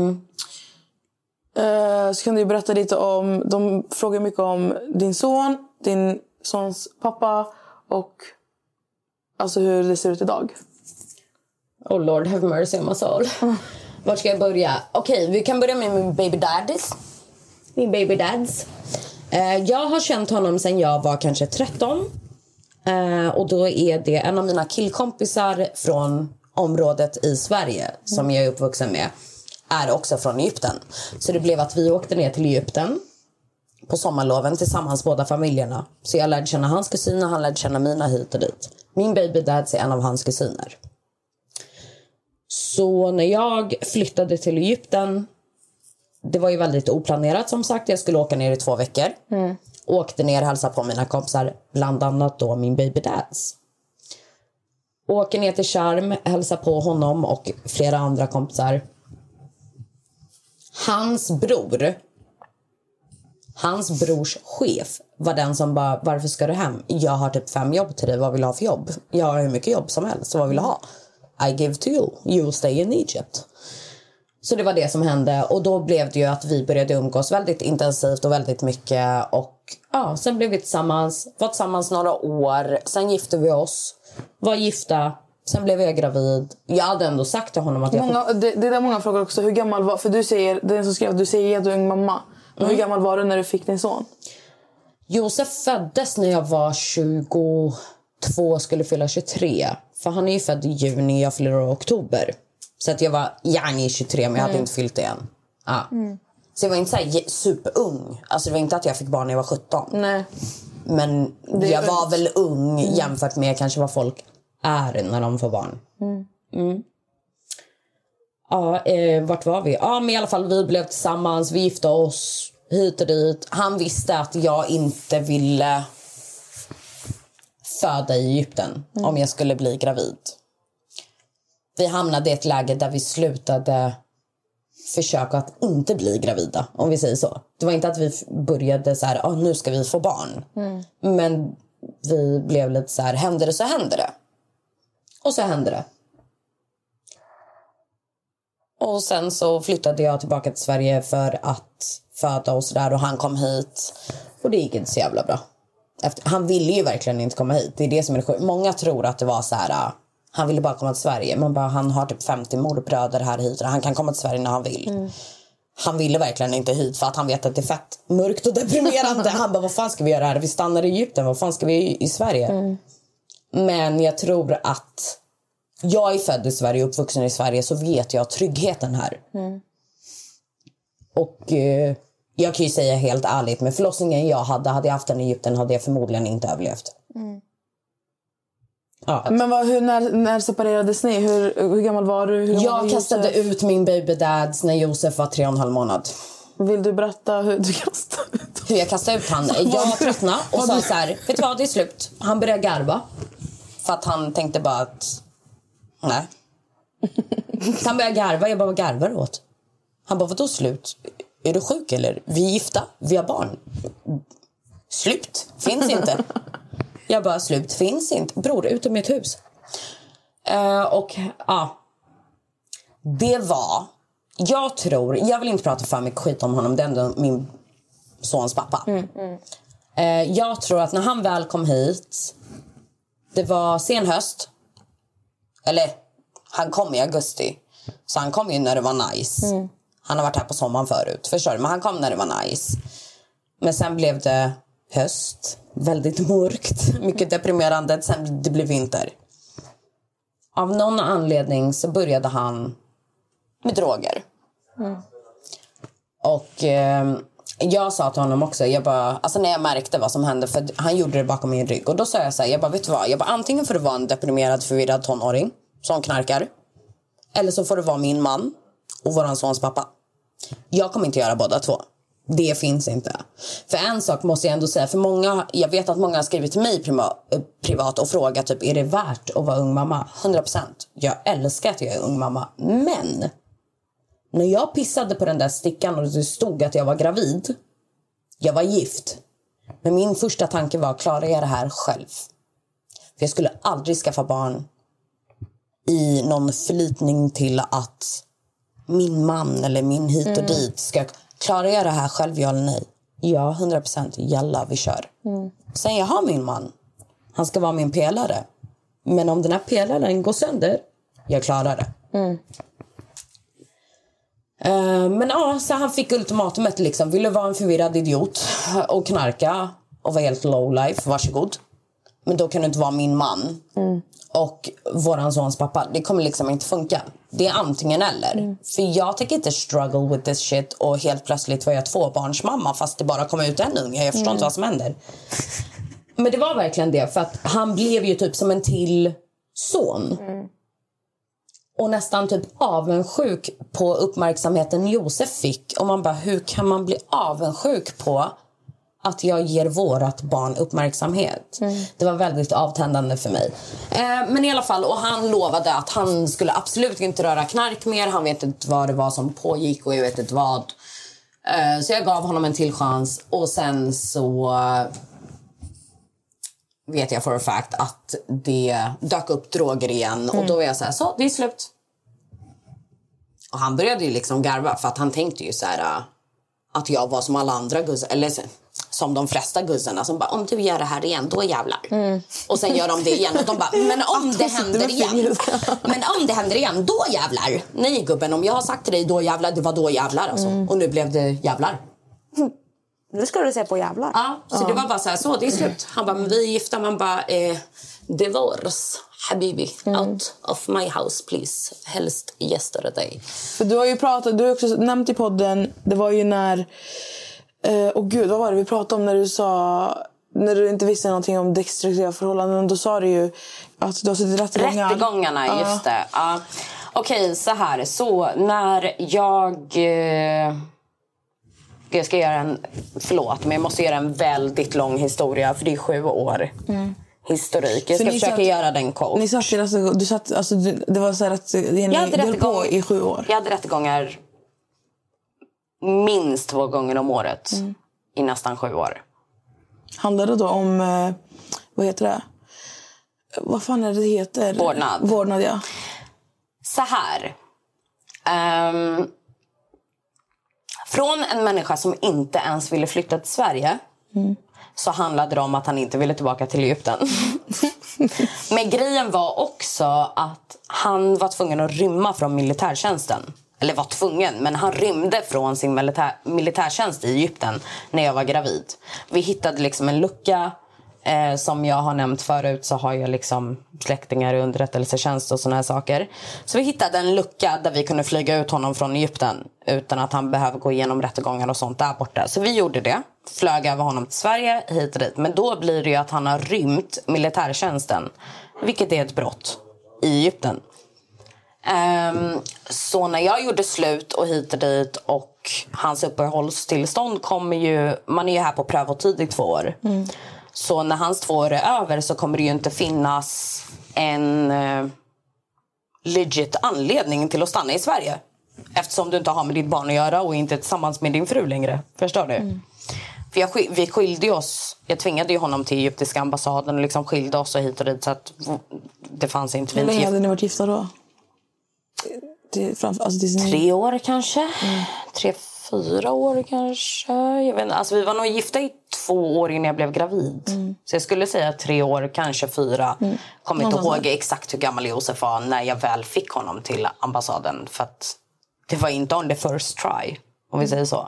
Så kan du berätta lite om, de frågar mycket om din son, din sons pappa och alltså hur det ser ut idag. Oh Lord, have mercy on my soul. Var ska jag börja? Okej, vi kan börja med min baby daddies. Min baby dads. Jag har känt honom sedan jag var kanske 13. Och då är det en av mina killkompisar från området i Sverige som jag är uppvuxen med. Är också från Egypten. Så det blev att vi åkte ner till Egypten på sommarloven tillsammans, båda familjerna. Så jag lärde känna hans kusiner, han lärde känna mina hit och dit. Min baby dads är en av hans kusiner. Så när jag flyttade till Egypten, det var ju väldigt oplanerat som sagt. Jag skulle åka ner i 2 veckor. Åkte ner och hälsade på mina kompisar, bland annat då min baby dads. Åker ner till Sharm, hälsar på honom och flera andra kompisar. Hans brors chef var den som bara, varför ska du hem? Jag har typ 5 jobb till dig, vad vill du ha för jobb? Jag har hur mycket jobb som helst, så vad vill du ha? I give to you, you will stay in Egypt. Så det var det som hände. Och då blev det ju att vi började umgås väldigt intensivt och väldigt mycket. Och ja, sen blev vi var tillsammans några år. Sen gifte vi oss, var gifta. Sen blev jag gravid. Jag hade ändå sagt till honom att det är där många frågar också, hur gammal var, för du säger, den som skrev, du säger att du är ung mamma. Men hur gammal var du när du fick din son? Josef föddes när jag var 22, skulle fylla 23. För han är ju född i juni, jag fyller i oktober. Så att jag var 23, men jag hade inte fyllt det än. Ja. Så jag var inte så här superung. Alltså det var inte att jag fick barn när jag var 17. Nej. Men jag var väl ung jämfört med kanske vad folk är när de får barn. Ja, vart var vi? Ja, men i alla fall vi blev tillsammans, vi gifte oss hit och dit. Han visste att jag inte ville föda i Egypten om jag skulle bli gravid. Vi hamnade i ett läge där vi slutade försöka att inte bli gravida, om vi säger så. Det var inte att vi började så här, nu ska vi få barn. Men vi blev lite så här, händer det så händer det. Och så hände det. Och sen så flyttade jag tillbaka till Sverige för att föda och sådär. Och han kom hit. Och det gick inte så jävla bra. Han ville ju verkligen inte komma hit. Det är det som är sjukt. Många tror att det var så här... Han ville bara komma till Sverige. Men bara, han har typ 50 morbröder här hit. Han kan komma till Sverige när han vill. Han ville verkligen inte hit för att han vet att det är fett mörkt och deprimerande. Han bara, vad fan ska vi göra här? Vi stannar i Egypten. Vad fan ska vi i Sverige? Men jag tror att... Jag är född i Sverige och uppvuxen i Sverige, så vet jag tryggheten här. Och jag kan ju säga helt ärligt, med förlossningen hade jag haft den i Egypten hade jag förmodligen inte överlevt. Ja. Men när separerades ni? Hur gammal var du? Jag kastade ut min baby dads när Josef var 3,5 månad. Vill du berätta hur du kastade ut? Hur jag kastade ut han? Jag tröttnade och sa så här, vet du vad, det är slut. Han började garva. För att han tänkte bara att... Nej. Han började garva. Jag bara, vad garvar du åt? Han bara, vadå slut? Är du sjuk eller? Vi är gifta. Vi har barn. Slut. Finns inte. Jag bara, slut. Finns inte. Bror, ut ur mitt hus. Och ja. Det var... Jag vill inte prata för mycket skit om honom. Det är ändå min sons pappa. Jag tror att när han väl kom hit... Det var sen höst. Eller, han kom i augusti. Så han kom ju när det var nice. Han har varit här på sommaren förut, förstår du? Men han kom när det var nice. Men sen blev det höst. Väldigt mörkt. Mycket deprimerande. Sen det blev vinter. Av någon anledning så började han med droger. Och jag sa till honom också, jag bara, alltså när jag märkte vad som hände, för han gjorde det bakom min rygg. Och då sa jag så här, jag bara, vet du vad? Jag bara, antingen får du vara en deprimerad, förvirrad tonåring som knarkar. Eller så får du vara min man och våran sons pappa. Jag kommer inte göra båda två. Det finns inte. För en sak måste jag ändå säga, för många, jag vet att många har skrivit till mig privat och frågat typ, är det värt att vara ung mamma? 100%. Jag älskar att jag är ung mamma. Men när jag pissade på den där stickan och det stod att jag var gravid, jag var gift. Men min första tanke var, klarar jag det här själv? För jag skulle aldrig skaffa barn i någon förlitning till att min man eller min hit och dit ska... Klarar jag det här själv, ja eller nej? Ja, 100%. Jalla, vi kör. Sen jag har min man. Han ska vara min pelare. Men om den här pelaren går sönder, jag klarar det. Men ja, så han fick ultimatumet liksom. Vill du vara en förvirrad idiot och knarka och vara helt low life, varsågod. Men då kan du inte vara min man. Och våran sons pappa. Det kommer liksom inte funka. Det är antingen eller. För jag tänker inte struggle with this shit och helt plötsligt var jag 2-barnsmamma fast det bara kom ut en unge. Jag förstår inte vad som händer. Men det var verkligen det. För att han blev ju typ som en till son. Och nästan typ avundsjuk på uppmärksamheten Josef fick. Och man bara, hur kan man bli avundsjuk på att jag ger vårat barn uppmärksamhet? Det var väldigt avtändande för mig. Men i alla fall, och han lovade att han skulle absolut inte röra knark mer. Han vet inte vad det var som pågick och jag vet inte vad. Så jag gav honom en till chans. Och sen så vet jag för a fact att det dök upp droger igen. Och då var jag så här, så det är slut. Och han började ju liksom garva för att han tänkte ju så här att jag var som alla andra guzzar, eller som de flesta guzzarna som bara, om du gör det här igen, då jävlar. Och sen gör de det igen och de bara, men om det händer igen. Men om det händer igen, då jävlar. Nej gubben, om jag har sagt till dig då jävlar, det var då jävlar alltså. Och nu blev det jävlar. Nu ska du se på jävlar. Ja, så det var bara så det är slut. Han bara, men vi är gifta. Man bara, divorce, habibi. Out of my house, please. Helst yesterday. För du har ju pratat, du har också nämnt i podden, det var ju när... gud, vad var det vi pratade om när du sa... När du inte visste någonting om destruktiva förhållanden. Då sa du ju att du har suttit i rättegångar. Rättegångarna, just det. Okej, så här. Så när jag ska göra en... Förlåt, men jag måste göra en väldigt lång historia. För det är 7 år historik. Jag ska försöka göra den kort. Ni satt, du satt, alltså, det var så här att ni höll på i 7 år. Jag hade rättegångar minst 2 gånger om året i nästan 7 år. Handlar det då om, vad heter det? Vad fan är det heter? Vårdnad, ja. Så här. Från en människa som inte ens ville flytta till Sverige så handlade det om att han inte ville tillbaka till Egypten. Men grejen var också att han var tvungen att rymma från militärtjänsten. Eller var tvungen, men han rymde från sin militärtjänst i Egypten när jag var gravid. Vi hittade liksom en lucka. Som jag har nämnt förut så har jag liksom släktingar i underrättelsetjänst och såna här saker. Så vi hittade en lucka där vi kunde flyga ut honom från Egypten utan att han behöver gå igenom rättegångar och sånt där borta. Så vi gjorde det. Flög över honom till Sverige, hit och dit. Men då blir det ju att han har rymt militärtjänsten. Vilket är ett brott i Egypten. Så när jag gjorde slut och hit och dit och hans uppehållstillstånd kommer ju... Man är ju här på prövotid i 2 år. Så när hans 2 år är över så kommer det ju inte finnas en legit anledning till att stanna i Sverige. Eftersom du inte har med ditt barn att göra och inte tillsammans med din fru längre. Förstår du? För vi skilde oss. Jag tvingade ju honom till egyptiska ambassaden och liksom skilde oss och hit och dit så att det fanns inte... Hur länge hade ni varit gifta då? 3 år kanske. 3-4 år kanske. Jag vet inte. Alltså vi var nog gifta i 2 år innan jag blev gravid. Så jag skulle säga 3 år, kanske 4. Kommer inte ihåg exakt hur gammal Josef var när jag väl fick honom till ambassaden. För att det var inte on the first try, om vi säger så.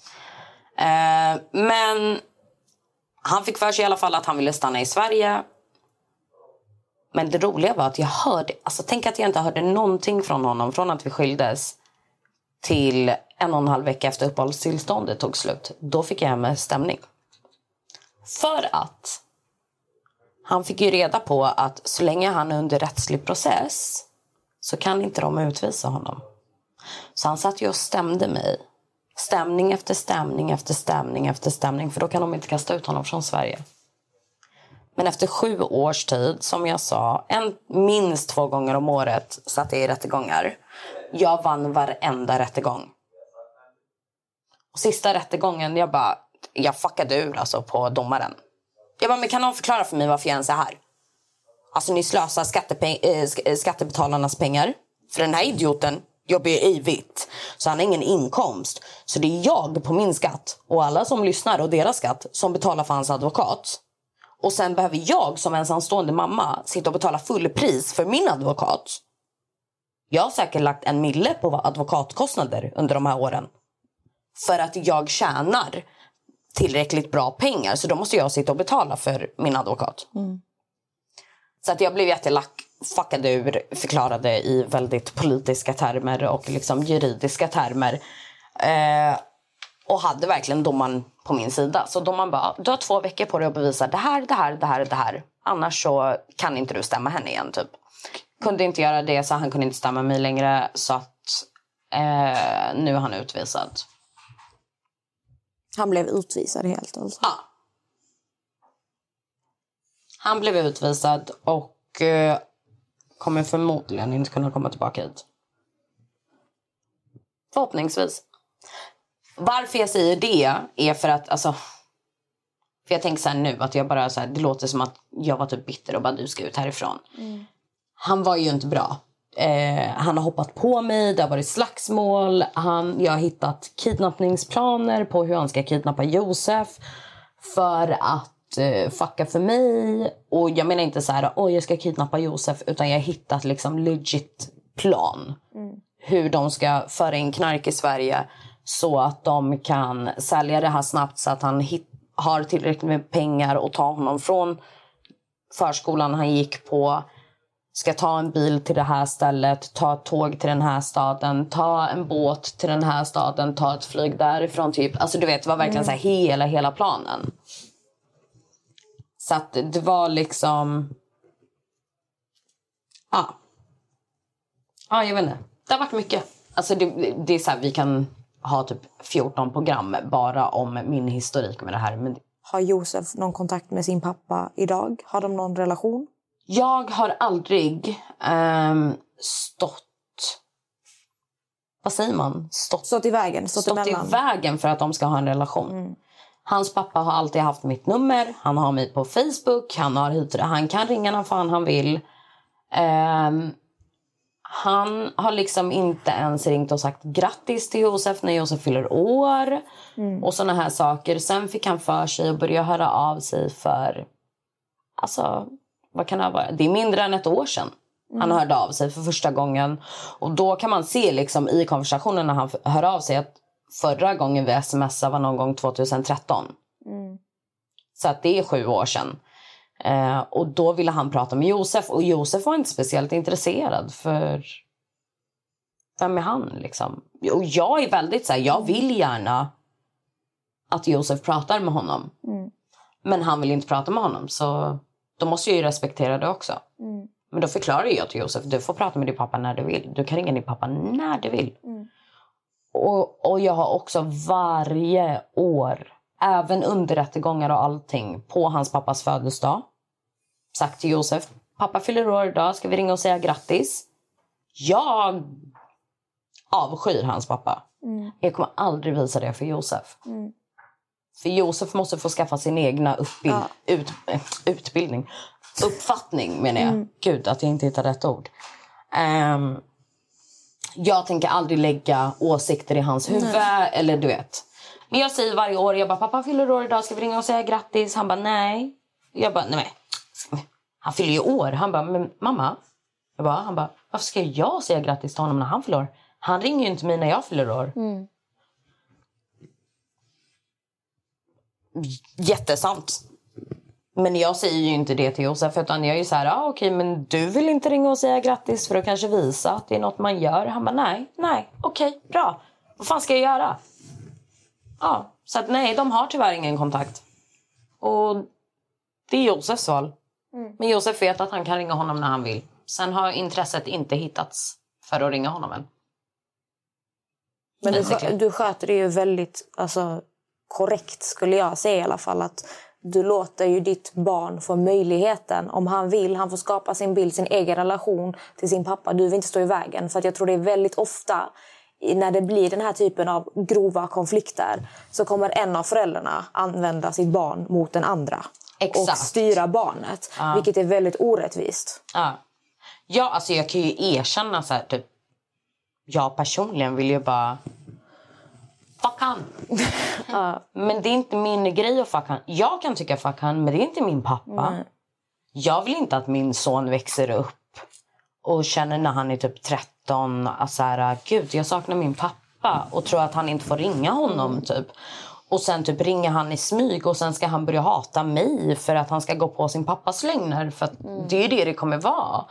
Men han fick för sig i alla fall att han ville stanna i Sverige. Men det roliga var att jag hörde... Alltså tänk att jag inte hörde någonting från honom från att vi skildes till 1,5 vecka efter uppehållstillståndet tog slut. Då fick jag hem en stämning. För att han fick ju reda på att så länge han är under rättslig process så kan inte de utvisa honom. Så han satt ju och stämde mig. Stämning efter stämning efter stämning efter stämning. För då kan de inte kasta ut honom från Sverige. Men efter 7 års tid, som jag sa, minst 2 gånger om året satt jag i rättegångar. Jag vann varenda rättegång. Och sista rättegången, jag fuckade ur alltså på domaren. Jag bara, men kan någon förklara för mig varför jag ens är här? Alltså ni slösar skattebetalarnas pengar. För den här idioten jobbar ju i vitt. Så han har ingen inkomst. Så det är jag på min skatt och alla som lyssnar och deras skatt som betalar för hans advokat. Och sen behöver jag som ensamstående mamma sitta och betala full pris för min advokat. Jag har säkert lagt 1 mille på advokatkostnader under de här åren. För att jag tjänar tillräckligt bra pengar. Så då måste jag sitta och betala för min advokat. Så att jag blev jättelack, fuckade ur, förklarade i väldigt politiska termer och liksom juridiska termer. Och hade verkligen domaren på min sida. Så domaren bara, du har 2 veckor på dig att bevisa det här. Annars så kan inte du stämma henne igen typ. Kunde inte göra det så han kunde inte stämma mig längre. Så att nu är han utvisad. Han blev utvisad helt alltså? Ja. Han blev utvisad och kommer förmodligen inte kunna komma tillbaka hit. Förhoppningsvis. Varför jag säger det är för att alltså, för jag tänker så här nu att jag bara så här, det låter som att jag var typ bitter och bara du ska ut härifrån. Han var ju inte bra. Han har hoppat på mig, det har varit slagsmål. Jag har hittat kidnappningsplaner på hur han ska kidnappa Josef för att fucka för mig. Och jag menar inte så här, jag ska kidnappa Josef, utan jag har hittat liksom legit plan. Hur de ska föra in knark i Sverige så att de kan sälja det här snabbt så att han har tillräckligt med pengar och ta honom från förskolan han gick på. Ska ta en bil till det här stället, ta ett tåg till den här staden, ta en båt till den här staden, ta ett flyg därifrån typ. Alltså du vet, det var verkligen så här hela planen. Så att det var liksom... Ja, jag vet inte. Det har varit mycket. Alltså det är så här, vi kan ha typ 14 program bara om min historik med det här. Men... Har Josef någon kontakt med sin pappa idag? Har de någon relation? Jag har aldrig stått... Vad säger man? Stått i vägen. Stått i vägen för att de ska ha en relation. Hans pappa har alltid haft mitt nummer. Han har mig på Facebook. Han kan ringa när fan han vill. Han har liksom inte ens ringt och sagt grattis till Josef när Josef fyller år. Och såna här saker. Sen fick han för sig att börja höra av sig för... Alltså, vad kan det vara? Det är mindre än ett år sedan. Han hörde av sig för första gången. Och då kan man se liksom i konversationen när han hör av sig att förra gången vi smsade var någon gång 2013. Så att det är 7 år sedan. Och då ville han prata med Josef. Och Josef var inte speciellt intresserad för... Vem är han liksom? Och jag är väldigt så här, jag vill gärna att Josef pratar med honom. Men han vill inte prata med honom. Så då måste jag ju respektera det också. Men då förklarar jag till Josef, du får prata med din pappa när du vill. Du kan ringa din pappa när du vill. Och jag har också varje år, även under rättegångar och allting, på hans pappas födelsedag sagt till Josef, pappa fyller år idag, ska vi ringa och säga grattis? Jag avskyr hans pappa. Jag kommer aldrig visa det för Josef. För Josef måste få skaffa sin egna utbildning. Uppfattning menar jag. Gud att jag inte hittar rätt ord. Jag tänker aldrig lägga åsikter i hans huvud. Eller du vet. Men jag säger varje år, jag bara, pappa fyller år idag, ska vi ringa och säga grattis? Han bara, nej. Jag bara, nej. Han fyller ju år. Han bara, men mamma. Han bara, varför ska jag säga grattis till honom när han fyller år? Han ringer ju inte mig när jag fyller år. Jättesant. Men jag säger ju inte det till Josef, utan jag är ju så här, okej, men du vill inte ringa och säga grattis för att kanske visa att det är något man gör. Han bara, nej, okej, bra. Vad fan ska jag göra? Ja, så att nej, de har tyvärr ingen kontakt. Och det är Josefs val. Men Josef vet att han kan ringa honom när han vill. Sen har intresset inte hittats för att ringa honom än. Men du sköter det ju väldigt korrekt, skulle jag säga i alla fall. Att du låter ju ditt barn få möjligheten. Om han vill, han får skapa sin egen relation till sin pappa. Du vill inte stå i vägen. För att jag tror det är väldigt ofta när det blir den här typen av grova konflikter, så kommer en av föräldrarna använda sitt barn mot den andra. Exakt. Och styra barnet. Vilket är väldigt orättvist. Ja, alltså jag kan ju erkänna så här, typ, jag personligen vill ju bara fuck han. Men det är inte min grej att fuck han. Jag kan tycka fuck han, men det är inte min pappa. Jag vill inte att min son växer upp och känner när han är typ 13 så här, gud, jag saknar min pappa, och tror att han inte får ringa honom typ. Och sen typ ringer han i smyg, och sen ska han börja hata mig för att han ska gå på sin pappas lögner, för att det är det kommer vara.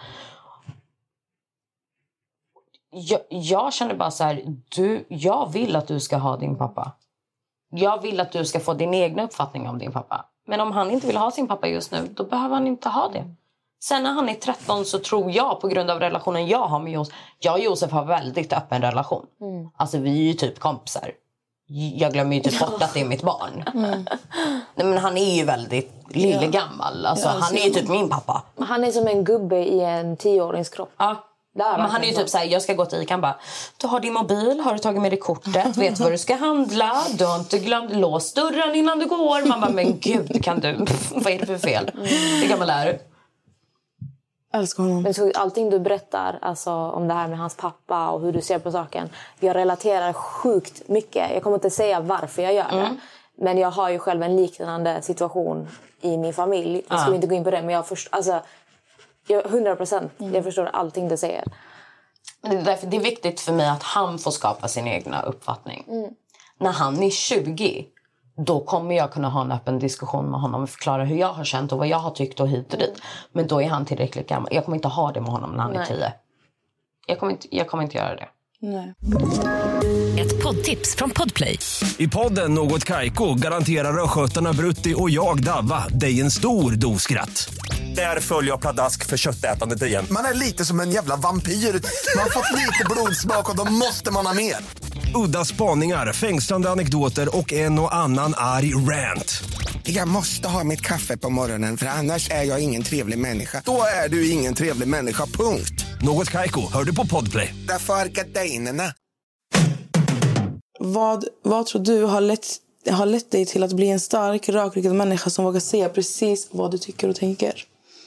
Jag känner bara så här, jag vill att du ska ha din pappa. Jag vill att du ska få din egna uppfattning om din pappa. Men om han inte vill ha sin pappa just nu, då behöver han inte ha det. Sen när han är 13 så tror jag, på grund av relationen jag har med Josef. Jag och Josef har väldigt öppen relation. Alltså vi är ju typ kompisar. Jag glömmer ju typ bort att det är mitt barn. Nej, men han är ju väldigt lillegammal. Alltså, han är ju typ min pappa. Han är som en gubbe i en 10-årings kropp. Ja. Men han är ju typ såhär, jag ska gå till Ica, han bara, du har din mobil, har du tagit med dig kortet, vet vad du ska handla, du har inte glömt lås dörren innan du går. Man bara, men gud, kan du, vad är det för fel? Det kan man lära. Älskar honom. Men så allting du berättar om det här med hans pappa och hur du ser på saken, jag relaterar sjukt mycket. Jag kommer inte säga varför jag gör det, men jag har ju själv en liknande situation i min familj. Jag skulle inte gå in på det, men jag förstår, 100%. Jag förstår allting du säger. Därför det är viktigt för mig att han får skapa sin egna uppfattning. När han är 20, då kommer jag kunna ha en öppen diskussion med honom och förklara hur jag har känt och vad jag har tyckt och hit och dit. Men då är han tillräckligt gammal. Jag kommer inte ha det med honom när han är 10. Jag kommer inte göra det. Nej. Ett poddtips från Podplay. I podden Något Kaiko garanterar röskötarna Brutti och jag Davva dig en stor doskratt. Där följer jag pladask för köttätandet igen. Man är lite som en jävla vampyr. Man har fått lite blodsmak och då måste man ha mer. Udda spaningar, fängslande anekdoter och en och annan arg rant. Jag måste ha mitt kaffe på morgonen, för annars är jag ingen trevlig människa. Då är du ingen trevlig människa, punkt. Något Kaiko, hör du på Podplay. Därför är gardinerna. Vad tror du har lett har lett dig till att bli en stark, rakryggad människa som vågar säga precis vad du tycker och tänker?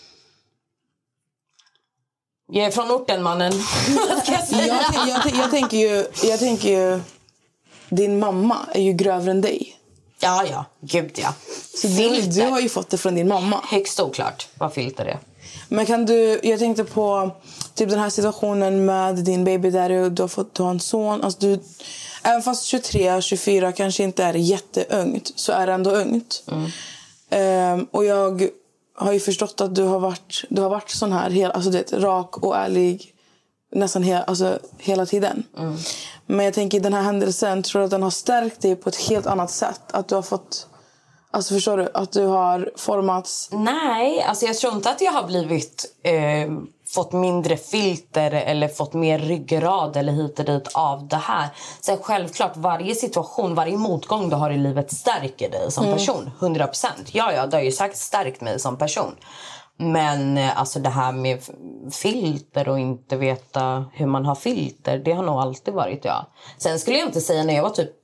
Jag är från orten, mannen. jag tänker ju din mamma är ju grövre än dig. Ja, gud ja. Så du har ju fått det från din mamma. Högst oklart vad filter är. Men jag tänkte på typ den här situationen med din baby där du har fått ta en son. Alltså även fast 23, 24 kanske inte är jätteungt, så är det ändå ungt. Och jag har ju förstått att du har varit sån här alltså rak och ärlig nästan hela tiden. Men jag tänker, den här händelsen, tror du att den har stärkt dig på ett helt annat sätt? Att du har fått, alltså förstår du, att du har formats? Nej, alltså jag tror inte att jag har blivit fått mindre filter eller fått mer ryggrad eller hit och dit av det här. Så självklart, varje situation, varje motgång du har i livet stärker dig som person, 100%. Ja, det har ju säkert stärkt mig som person. Men alltså det här med filter och inte veta hur man har filter, det har nog alltid varit jag. Sen skulle jag inte säga när jag var typ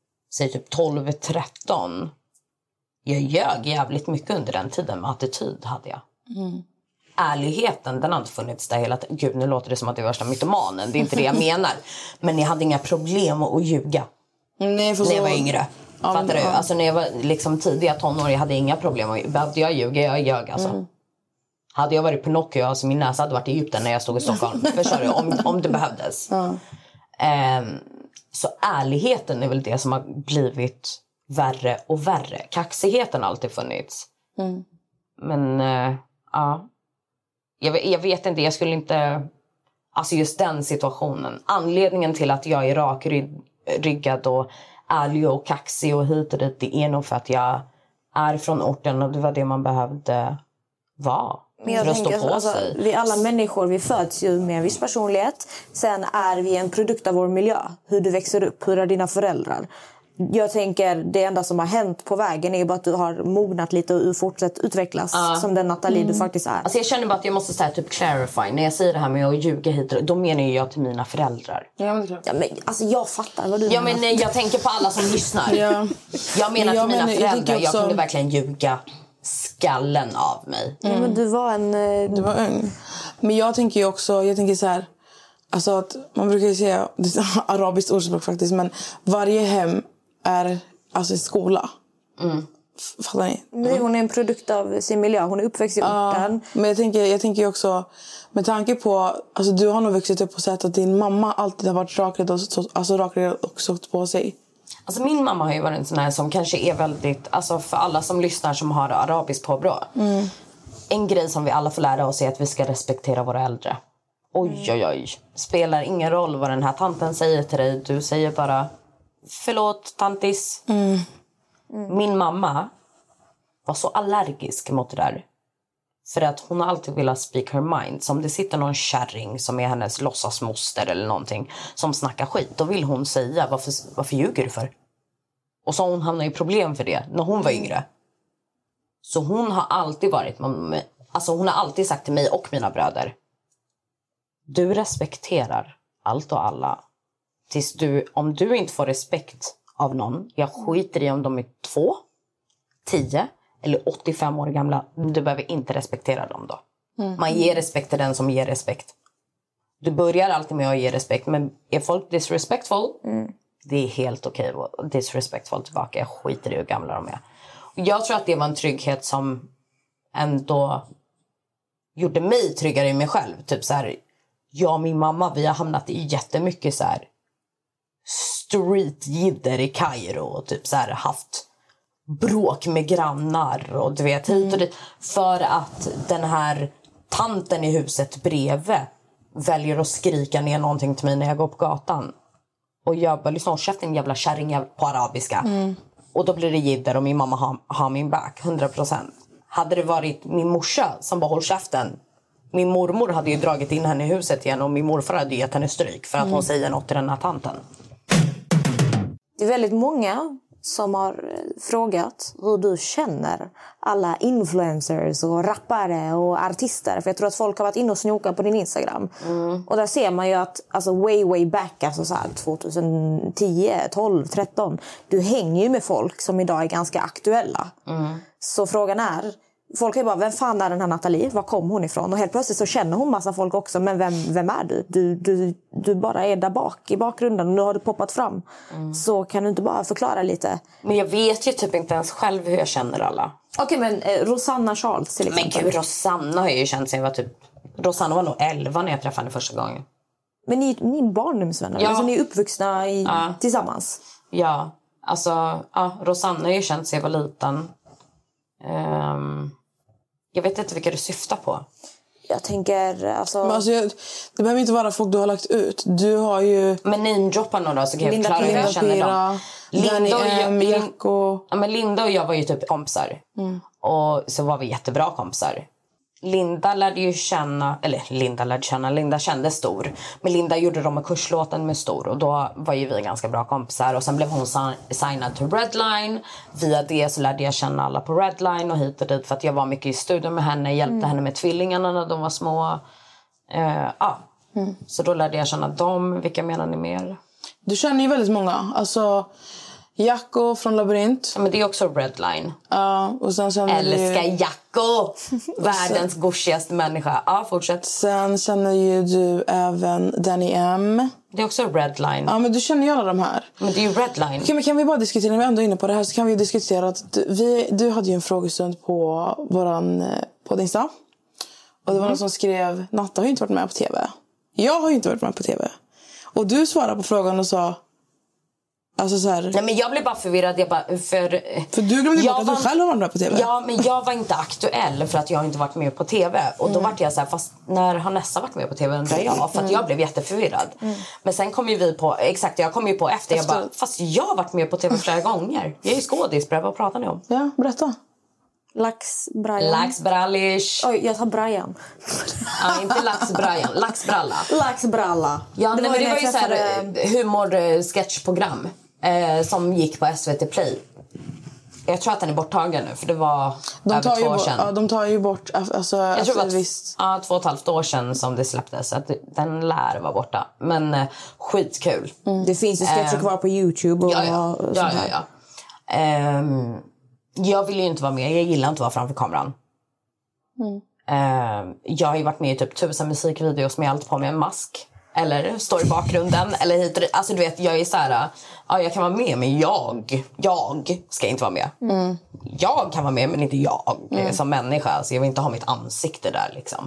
12-13. Jag ljög jävligt mycket under den tiden, med attityd hade jag. Ärligheten, den har inte funnits där hela tiden. Gud, nu låter det som att det är värsta mytomanen. Det är inte det jag menar. Men jag hade inga problem att ljuga. Nej, när jag var yngre. Fattar du? Alltså när jag var liksom tidiga tonår, jag hade inga problem. Behövde jag ljuga, jag ljög alltså. Hade jag varit på Nokia, alltså min näsa hade varit i Egypten när jag stod i Stockholm. Förstår du? Om det behövdes. Så ärligheten är väl det som har blivit värre och värre. Kaxigheten har alltid funnits. Men ja. Jag vet inte, jag skulle inte... Alltså just den situationen. Anledningen till att jag är rakryggad och ärlig och kaxig och hit och dit, det är nog för att jag är från orten och det var det man behövde vara. Men jag tänker, alltså, vi alla människor, vi föds ju med en viss personlighet. Sen är vi en produkt av vår miljö. Hur du växer upp, hur är dina föräldrar. Jag tänker, det enda som har hänt på vägen är bara att du har mognat lite och fortsatt utvecklas som den Nathalie du faktiskt är. Alltså jag känner bara att jag måste säga typ clarify. När jag säger det här med att ljuga hit, då menar jag till mina föräldrar. Ja, men alltså jag fattar vad du menar. Ja, men nej, jag tänker på alla som lyssnar. Jag menar till mina föräldrar. Jag kunde verkligen ljuga skallen av mig. Ja, men du var ung. Men jag tänker ju också, så här, alltså att man brukar ju säga, det är ett arabiskt ordspråk faktiskt, men varje hem är alltså en skola. Fattar ni? Nej, hon är en produkt av sin miljö. Hon är uppväxt i orten. Men jag tänker också, med tanke på, alltså du har nog vuxit upp och sett att din mamma alltid har varit rakryggad och sågt på sig. Alltså min mamma har ju varit en sån här som kanske är väldigt, alltså för alla som lyssnar som har arabiskt påbrå. En grej som vi alla får lära oss är att vi ska respektera våra äldre. Oj. Spelar ingen roll vad den här tanten säger till dig. Du säger bara, förlåt tantis. Min mamma var så allergisk mot det där. För att hon har alltid velat speak her mind. Så om det sitter någon kärring som är hennes låtsasmoster eller någonting som snackar skit, då vill hon säga, varför ljuger du för? Och så hon hamnar i problem för det när hon var yngre. Så hon har alltid varit, alltså hon har alltid sagt till mig och mina bröder, du respekterar allt och alla. Tills om du inte får respekt av någon, jag skiter i om de är 2, 10 eller 85 år gamla, du behöver inte respektera dem då. Man ger respekt till den som ger respekt. Du börjar alltid med att ge respekt, men är folk disrespectful, det är helt okej att disrespectful tillbaka. Jag skiter i hur gamla de är. Och jag tror att det var en trygghet som ändå gjorde mig tryggare i mig själv. Typ så här, jag och min mamma, vi har hamnat i jättemycket så här streetjidder i Kairo och typ så här haft bråk med grannar och du vet hit och dit, för att den här tanten i huset bredvid väljer att skrika ner någonting till mig när jag går på gatan. Och jag bara lyssnar, käften en jävla kärring på arabiska. Och då blir det jidder och min mamma har min back 100%. Hade det varit min morsa som bara håll käften, min mormor hade ju dragit in henne i huset igen och min morfar hade gett henne stryk för att hon säger något till den här tanten. Det är väldigt många som har frågat hur du känner alla influencers och rappare och artister. För jag tror att folk har varit inne och snokat på din Instagram. Och där ser man ju att alltså way back, alltså så här 2010, 12, 13. Du hänger ju med folk som idag är ganska aktuella. Så frågan är, folk är bara, vem fan är den här Nathalie? Var kom hon ifrån? Och helt plötsligt så känner hon massa folk också. Men vem är du? Du bara är där bak i bakgrunden och nu har du poppat fram. Så kan du inte bara förklara lite? Men jag vet ju typ inte ens själv hur jag känner alla. Okej, men Rosanna Charles till exempel. Men gud, Rosanna har jag ju känt sig var typ... Rosanna var nog 11 när jag träffade henne första gången. Men ni är barndomsvänner? Ja. Alltså ni är uppvuxna tillsammans? Ja, alltså Rosanna har ju känt sig var liten. Jag vet inte vilka du syftar på. Jag tänker, alltså... Men alltså det behöver inte vara folk du har lagt ut. Du har ju... Men namedroppa någon då så kan jag Linda förklara hur jag känner dem. Linda och jag var ju typ kompisar. Och så var vi jättebra kompisar. Linda kände Stor. Men Linda gjorde de med kurslåten med Stor. Och då var ju vi ganska bra kompisar. Och sen blev hon signad till Redline. Via det så lärde jag känna alla på Redline och hit och dit. För att jag var mycket i studion med henne. Hjälpte henne med tvillingarna när de var små. Så då lärde jag känna dem. Vilka menar ni mer? Du känner ju väldigt många. Alltså... Jacko från Labyrint. Ja, men det är också Redline. Ja, och sen känner älskar Jacko. Världens goshigaste människa. Ja, fortsätt. Sen känner ju du även Danny M. Det är också Redline. Ja, men du känner ju alla de här. Men det är ju Redline. Okej, men kan vi bara diskutera, när vi ändå är inne på det här så kan vi diskutera att du hade ju en frågestund på våran på Insta. Och det var någon som skrev, Natta har ju inte varit med på tv. Jag har ju inte varit med på tv. Och du svarade på frågan och sa... Alltså så här... Nej, men jag blev bara förvirrad. För du glömde bort att du själv har varit med på tv. Ja, men jag var inte aktuell för att jag inte varit med på tv. Och då var jag så här, fast när har Nessa varit med på tv undrar jag. För att jag blev jätteförvirrad. Men sen kom ju vi på, jag kom ju på efter. Jag bara, fast jag har varit med på tv flera gånger. Jag är ju skådis, vad pratar ni om? Ja, berätta. Laxbrallish. Oj, jag tar Brian. Ja, inte Laxbrian, Laxbralla. Laxbralla. Ja, det var ju så här humor-sketchprogram som gick på SVT Play. Jag tror att den är borttagen nu, för det var över 2 år sedan. Ja, de tar ju bort... Alltså, jag tror det var visst. 2,5 år sedan som det släpptes. Så att den lär vara borta. Men skitkul. Det finns ju sketcher kvar på YouTube. Och ja. Jag vill ju inte vara med. Jag gillar inte att vara framför kameran. Jag har ju varit med i typ 1000 musikvideos med allt på med en mask. Eller står i bakgrunden. Eller hit och dit. Alltså du vet, jag är så här... Ja, jag kan vara med, men jag ska inte vara med. Jag kan vara med, men inte jag som människa. Alltså jag vill inte ha mitt ansikte där liksom.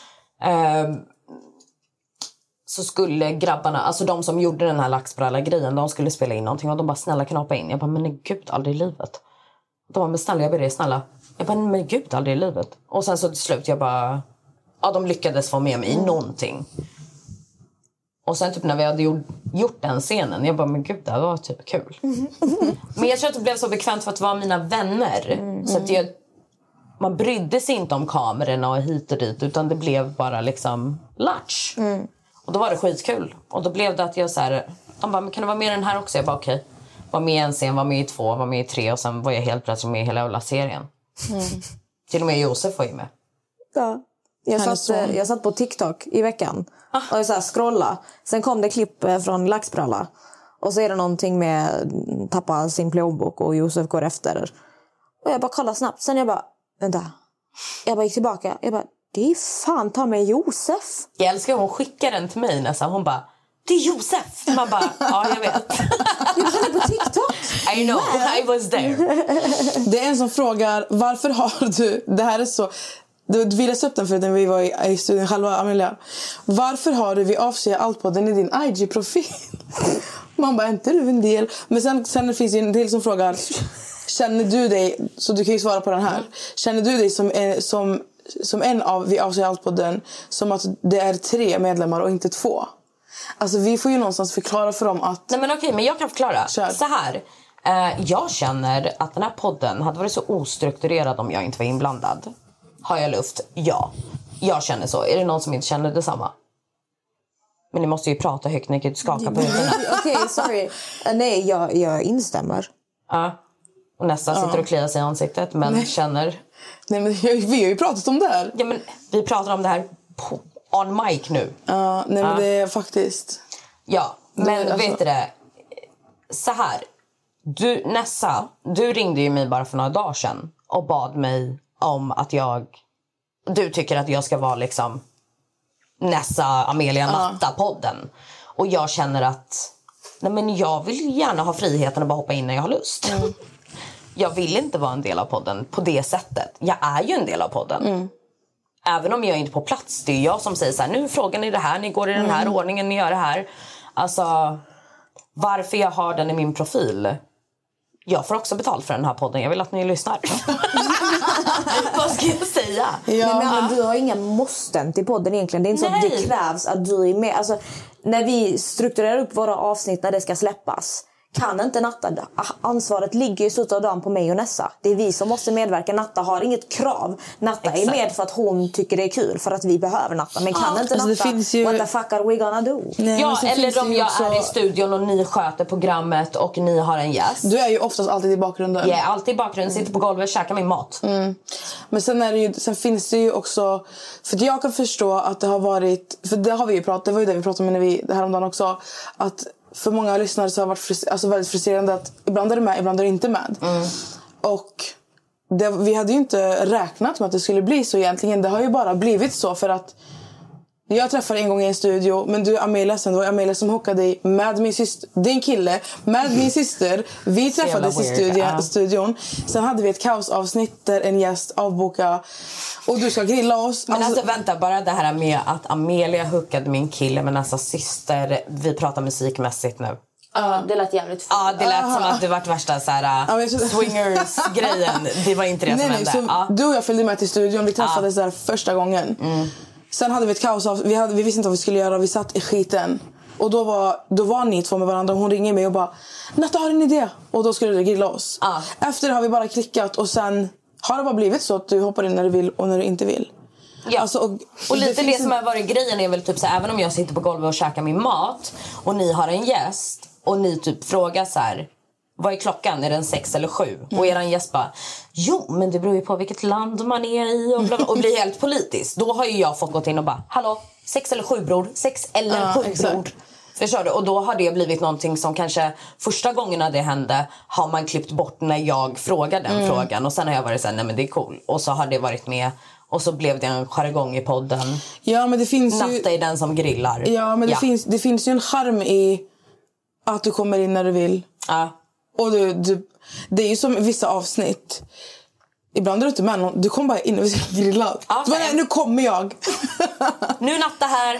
Så skulle grabbarna, alltså de som gjorde den här Laxbralla-grejen, de skulle spela in någonting och de bara, snälla kan hoppa in. Jag bara, men gud, aldrig i livet. De bara, men snälla, jag ber dig, snälla. Jag bara, men gud, aldrig i livet. Och sen så till slut, jag bara... Ja, de lyckades få med mig i någonting. Och sen typ när vi hade gjort den scenen, jag bara, men gud, det här var typ kul. Men jag tror att det blev så bekvämt för att vara mina vänner. Så att man brydde sig inte om kamerorna och hit och dit, utan det blev bara liksom latch. Och då var det skitkul. Och då blev det att jag så här, de bara, men kan du vara med i den här också? Jag bara, okej. Var med i en scen, var med i 2, var med i 3 och sen var jag helt plötsligt med i hela serien. Till och med Josef var ju med. Ja. Jag satt på TikTok i veckan och jag så här scrolla. Sen kom det klipp från Laxbralla. Och så är det någonting med tappa sin plånbok och Josef går efter. Och jag bara kollar snabbt. Sen jag bara, vänta. Jag bara gick tillbaka. Jag bara, det är fan ta med Josef. Jag älskar hon skickar den till mig nästan. Hon bara, det är Josef. Man bara, ja jag vet. Jag var på TikTok. I know, I was there. Det är en som frågar, varför har du... Det här är så... Du ville upp den för när vi var i studion själva, Amelia. Varför har du vi avser allt på den i din IG-profil? Man bara, inte du en del. Men sen finns det en del som frågar, känner du dig, så du kan ju svara på den här. Känner du dig som en av vi avser allt på den, som att det är 3 medlemmar och inte 2? Alltså vi får ju någonstans förklara för dem att... Nej men okej, men jag kan förklara. Kör. Så här. Jag känner att den här podden hade varit så ostrukturerad om jag inte var inblandad. Har jag luft? Ja. Jag känner så. Är det någon som inte känner detsamma? Men ni måste ju prata högt, ni kan inte skaka på huvudet. Okej, sorry. Nej, jag instämmer. Ja. Och Nessa sitter och kliar sig i ansiktet men känner... Nej, men vi har ju pratat om det här. Ja, men vi pratar om det här on mic nu. Ja, nej men det är faktiskt... Ja, men vet du det? Så här. Nessa, du ringde ju mig bara för några dagar sedan och bad mig om att du tycker att jag ska vara liksom Nessa, Amelia, Natta-podden. Och jag känner att nej, men jag vill gärna ha friheten att bara hoppa in när jag har lust. Jag vill inte vara en del av podden på det sättet. Jag är ju en del av podden. Även om jag är inte på plats. Det är jag som säger så här, nu frågar ni det här, ni går i den här ordningen, ni gör det här. Alltså, varför jag har den i min profil. Jag får också betalt för den här podden. Jag vill att ni lyssnar. Vad ska jag säga? Ja, men du har inga måsten till podden egentligen. Det är inte så att det krävs att du är med. Alltså, när vi strukturerar upp våra avsnitt när det ska släppas, kan inte Natta. Ansvaret ligger i slutet av dagen på mig och Nessa. Det är vi som måste medverka. Natta har inget krav. Natta är med för att hon tycker det är kul. För att vi behöver Natta. Men kan inte Natta, det finns ju... what the fuck are we gonna do? Nej, ja, eller om jag är i studion och ni sköter programmet och ni har en gäst. Du är ju oftast alltid i bakgrunden. Ja, alltid i bakgrunden. Sitter på golvet och käkar min mat. Men sen finns det ju också... För jag kan förstå att det har varit... För det har vi ju pratat... Det var ju det vi pratade om när vi häromdagen också. Att... För många lyssnare så har det varit väldigt frustrerande att ibland är det med, ibland är det inte med. Och vi hade ju inte räknat med att det skulle bli så egentligen. Det har ju bara blivit så för att jag träffade en gång i en studio, men du Amelia, sen var Amelia som hookade dig med min syster, din kille, med min syster. Vi träffades i studion. Sen hade vi ett kaosavsnitt där en gäst avbokade och du ska grilla oss. Men alltså vänta, bara det här med att Amelia hookade min kille med nästa syster. Vi pratar musikmässigt nu. Det lät jävligt fint. Ja, det lät som att det var värsta swingers-grejen. Det var inte det som hände. Du och jag följde med till studion. Vi träffades där första gången. Sen hade vi ett kaos. Vi visste inte vad vi skulle göra. Vi satt i skiten. Och då var ni två med varandra. Hon ringer mig och bara, Natta, har en idé. Och då skulle du grilla oss. Efter har vi bara klickat. Och sen har det bara blivit så att du hoppar in när du vill och när du inte vill. Ja. Alltså, och lite det som har varit grejen är väl typ så här, även om jag sitter på golvet och käkar min mat och ni har en gäst och ni typ frågar så här, vad är klockan? Är den 6 eller 7? Och eran gäst bara, jo men det beror ju på vilket land man är i och, bla bla, och blir helt politiskt. Då har ju jag fått gått in och bara, hallå, 6 eller 7 bror? 6 eller 7 bror? Förstår du? Och då har det blivit någonting som kanske första gångerna det hände har man klippt bort när jag frågade den frågan. Och sen har jag varit såhär, nej men det är cool. Och så har det varit med. Och så blev det en jargong i podden. Ja, men det finns Natta är den som grillar. Ja, men det finns ju en charm i att du kommer in när du vill. Ja. Och det är ju som vissa avsnitt. Ibland är du inte med någon. Du kommer bara in och vi ska grilla. Ja, nu kommer jag. Nu Natta här.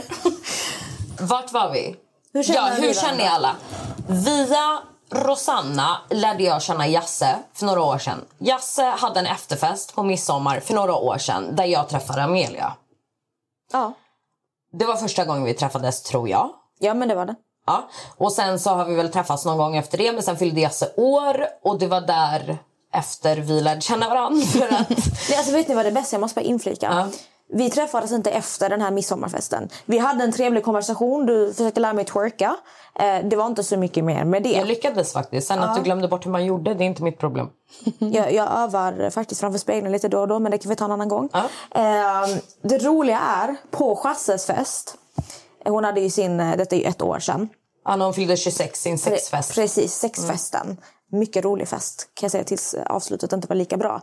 Vart var vi? Hur känner ni alla? Via Rosanna lärde jag känna Jasse för några år sedan. Jasse hade en efterfest på midsommar för några år sedan där jag träffade Amelia. Ja. Det var första gången vi träffades, tror jag. Ja, men det var det. Ja. Och sen så har vi väl träffats någon gång efter det. Men sen fyllde Jasse år. Och det var där efter vi lärde känna varandra. För att... Nej, alltså, vet ni vad det bästa? Jag måste bara inflika. Vi träffades inte efter den här midsommarfesten. Vi hade en trevlig konversation. Du försökte lära mig twerka. Det var inte så mycket mer med det. Jag lyckades faktiskt. Sen att du glömde bort hur man gjorde, det är inte mitt problem. Jag övar faktiskt framför spegeln lite då och då. Men det kan vi ta en annan gång. Det roliga är, på Chasses fest. Hon hade ju detta är ju 1 år sedan. Ja, hon fyllde 26, sin sexfest. Precis, sexfesten. Mycket rolig fest, kan jag säga, tills avslutet inte var lika bra.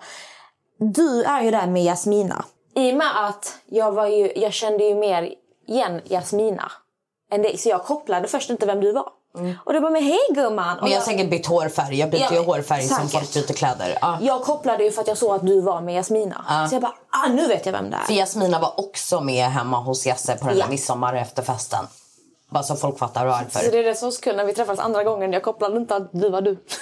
Du är ju där med Jasmina. I och med att jag kände ju mer igen Jasmina än dig. Så jag kopplade först inte vem du var. Och det var med hej gumman. Men jag har säkert bytt hårfärg. Jag byter ju hårfärg som folk byter kläder. Jag kopplade ju för att jag såg att du var med Jasmina. Så jag bara, nu vet jag vem det är. För Jasmina var också med hemma hos Jasse på den där midsommar efter festen. Bara så folk fattar varför. Så det är det som skulle när vi träffades andra gången. Jag kopplade inte att du var du.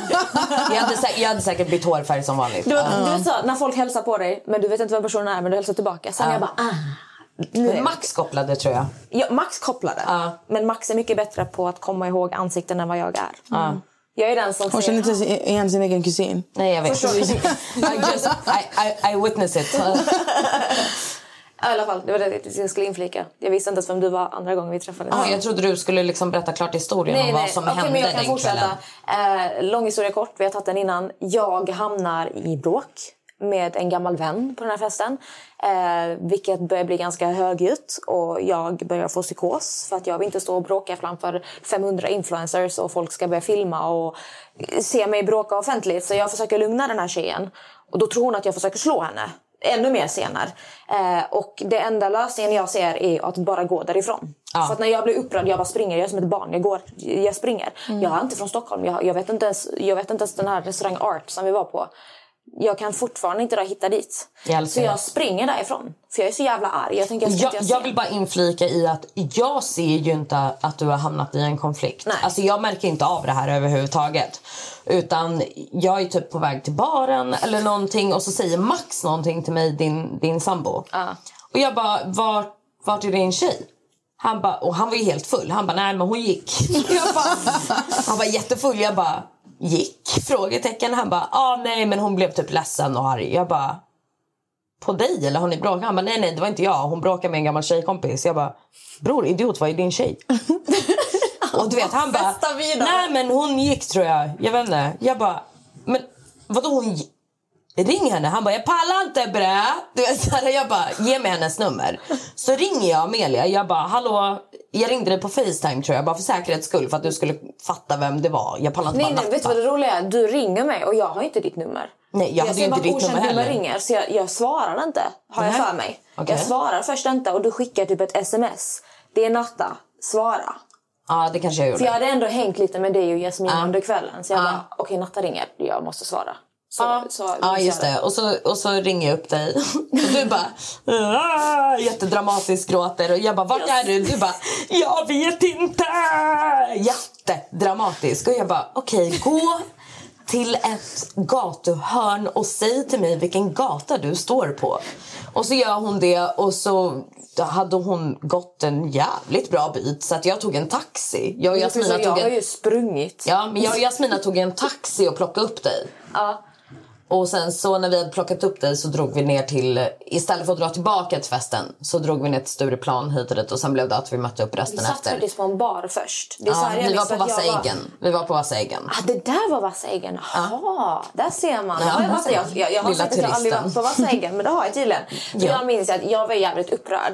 jag hade säkert bytt hårfärg som vanligt. Du vet så, när folk hälsar på dig, men du vet inte vem personen är, men du hälsar tillbaka. Sen jag bara, Max kopplade, tror jag. Ja, Max kopplade. Men Max är mycket bättre på att komma ihåg ansikten än vad jag är. Jag är den som hon känner inte igen sin egen kusin. Nej, jag vet. I witness it. I alla fall, det var det jag skulle inflika. Jag visste inte ens vem du var andra gången vi träffades. Jag trodde du skulle liksom berätta klart historien om vad som hände men jag kan den fortsätta. kvällen. Lång historia kort, vi har tagit den innan. Jag hamnar i bråk med en gammal vän på den här festen. Vilket börjar bli ganska högljutt. Och jag börjar få psykos. För att jag vill inte stå och bråka framför 500 influencers. Och folk ska börja filma och se mig bråka offentligt. Så jag försöker lugna den här tjejen. Och då tror hon att jag försöker slå henne. Ännu mer senare. Och det enda lösningen jag ser är att bara gå därifrån. För att när jag blir upprörd, jag bara springer. Jag är som ett barn, jag springer. Jag är inte från Stockholm. Jag vet inte ens den här restaurang Art som vi var på. Jag kan fortfarande inte hitta dit. Så jag springer därifrån. För jag är så jävla arg. Jag vill bara inflika i att jag ser ju inte att du har hamnat i en konflikt. Nej. Alltså jag märker inte av det här överhuvudtaget. Utan jag är typ på väg till baren eller någonting. Och så säger Max någonting till mig, din sambo. Och jag bara, vart är din tjej? Och han var ju helt full. Han bara, nej men hon gick. Han var jättefull. Jag bara, gick? Frågetecken. Han bara, nej men hon blev typ ledsen och arg. Jag bara, på dig eller har ni bråkat? Han bara, nej det var inte jag. Hon bråkade med en gammal tjejkompis. Jag bara, bror idiot, vad är din tjej? Och du vet, han bara, nej men hon gick tror jag. Jag vet inte. Jag bara, men vadå hon gick? Ring henne. Han bara, jag pallar inte bre. Du vet, så här, jag bara, ge mig hennes nummer. Så ringer jag Amelia. Jag bara, hallå. Jag ringde dig på FaceTime tror jag. Bara för säkerhets skull. För att du skulle fatta vem det var. Jag pallar inte bara natta. Vet du vad det roliga är? Du ringer mig och jag har inte ditt nummer. Nej, jag hade ju inte ditt nummer heller. Ringer, så jag svarar inte. Har jag för mig. Okay. Jag svarar först inte. Och du skickar typ ett sms. Det är Natta. Svara. Ja, det kanske jag gjorde. För jag hade ändå hängt lite med dig och Jasmin under kvällen. Så jag bara, okej, Natta ringer. Jag måste svara. Ja, just det. Och så ringer jag upp dig. Och du bara jättedramatiskt gråter. Och jag bara, vart är du? Du bara, jag vet inte. Jättedramatisk. Och jag bara, okej, gå till ett gatuhörn och säg till mig vilken gata du står på. Och så gör hon det. Och så hade hon gått en jävligt bra bit. Så att jag tog en taxi. Jag har ju sprungit. Ja, men jag och Jasmina tog en taxi och plockade upp dig. Ja. Och sen så när vi hade plockat upp dig så drog vi ner till, istället för att dra tillbaka till festen, så drog vi ner till Stureplan hit och dit. Och sen blev det att vi mötte upp resten efter. Vi satt faktiskt på en bar först. Vi var på Vassa Egen. Det där var Vassa Egen. Jaha, där ser man. Jag har sagt att jag aldrig varit på Vassa Egen, men det har jag tydligen. Jag minns att jag var jävligt upprörd.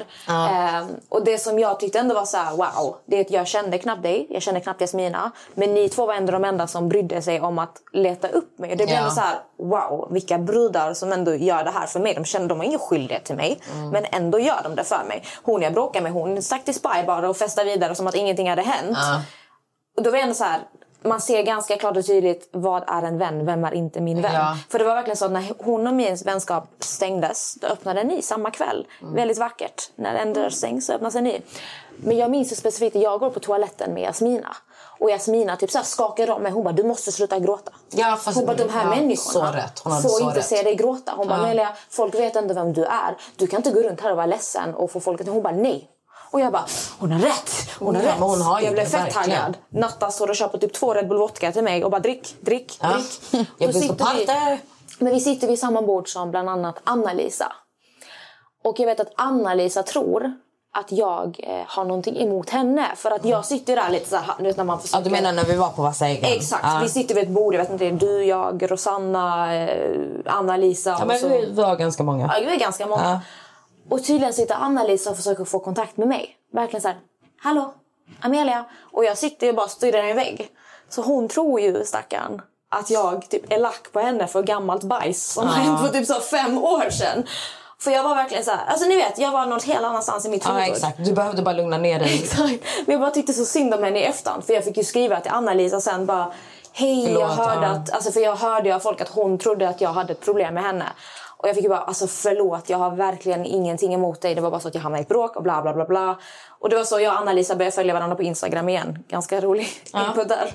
Och det som jag tyckte ändå var så här, wow. Det är att jag kände knappt dig, jag kände knappt Jasmina. Men ni två var ändå de enda som brydde sig om att leta upp mig. Och det blev ändå så här, wow, vilka brudar som ändå gör det här för mig. De har ingen skyldighet till mig, men ändå gör de det för mig. Hon jag bråkar med, hon stack till Spy bara och festade vidare som att ingenting hade hänt. Och då var det ändå så här, man ser ganska klart och tydligt vad är en vän, vem är inte min vän. För det var verkligen så att när hon och min vänskap stängdes, då öppnade ni samma kväll. Väldigt vackert. När en dörr stängs så öppnas en ny. Men jag minns specifikt att jag går på toaletten med Jasmina. Och Jasmina typ så här skakar om mig. Hon bara, du måste sluta gråta. Hon bara, de här människorna får inte se dig gråta. Hon bara, Amelia, folk vet inte vem du är. Du kan inte gå runt här och vara ledsen och få folk att... Hon bara, nej. Och jag bara, hon har rätt. Hon har rätt. Hon har jag blev fett taggad. Natta står och köper typ 2 Red Bull vodka till mig och bara drick. Jag blir så parter. Men vi sitter vid samma bord som bland annat Anna-Lisa. Och jag vet att Anna-Lisa tror att jag har någonting emot henne. För att jag sitter där lite så här, när man försöker... Ja, du menar när vi var på Vassa Egen? Exakt, vi sitter vid ett bord, jag vet inte, du, jag, Rosanna, Anna-Lisa. Ja, men vi var ganska många. Ja, vi var ganska många. Och tydligen sitter Anna-Lisa och försöker få kontakt med mig. Verkligen så här, hallå, Amelia. Och jag sitter och bara stirrar i en vägg. Så hon tror ju, stackarn, att jag typ är lack på henne för gammalt bajs som har hänt för typ så 5 år sedan. För jag var verkligen så här, alltså ni vet, jag var något helt annanstans i mitt huvud. Ja, exakt. Du behövde bara lugna ner dig. Exakt. Men jag bara tyckte så synd om henne i efterhand. För jag fick ju skriva till Anna-Lisa sen bara, hej, jag hörde att, alltså för jag hörde av folk att hon trodde att jag hade ett problem med henne. Och jag fick ju bara, alltså förlåt, jag har verkligen ingenting emot dig. Det var bara så att jag hamnade i ett bråk och bla bla bla bla. Och det var så jag och Anna-Lisa började följa varandra på Instagram igen. Ganska rolig input där.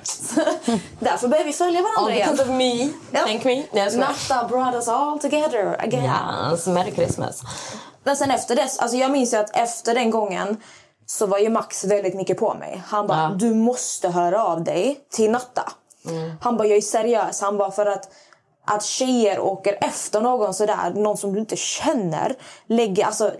Därför började vi följa varandra igen. All because of me, thank me. Natta brought us all together again. Yes, Merry Christmas. Men sen efter dess, alltså jag minns ju att efter den gången så var ju Max väldigt mycket på mig. Han bara, du måste höra av dig till Natta. Han bara, jag är seriös. Han bara, för att tjejer åker efter någon sådär, någon som du inte känner, lägger, alltså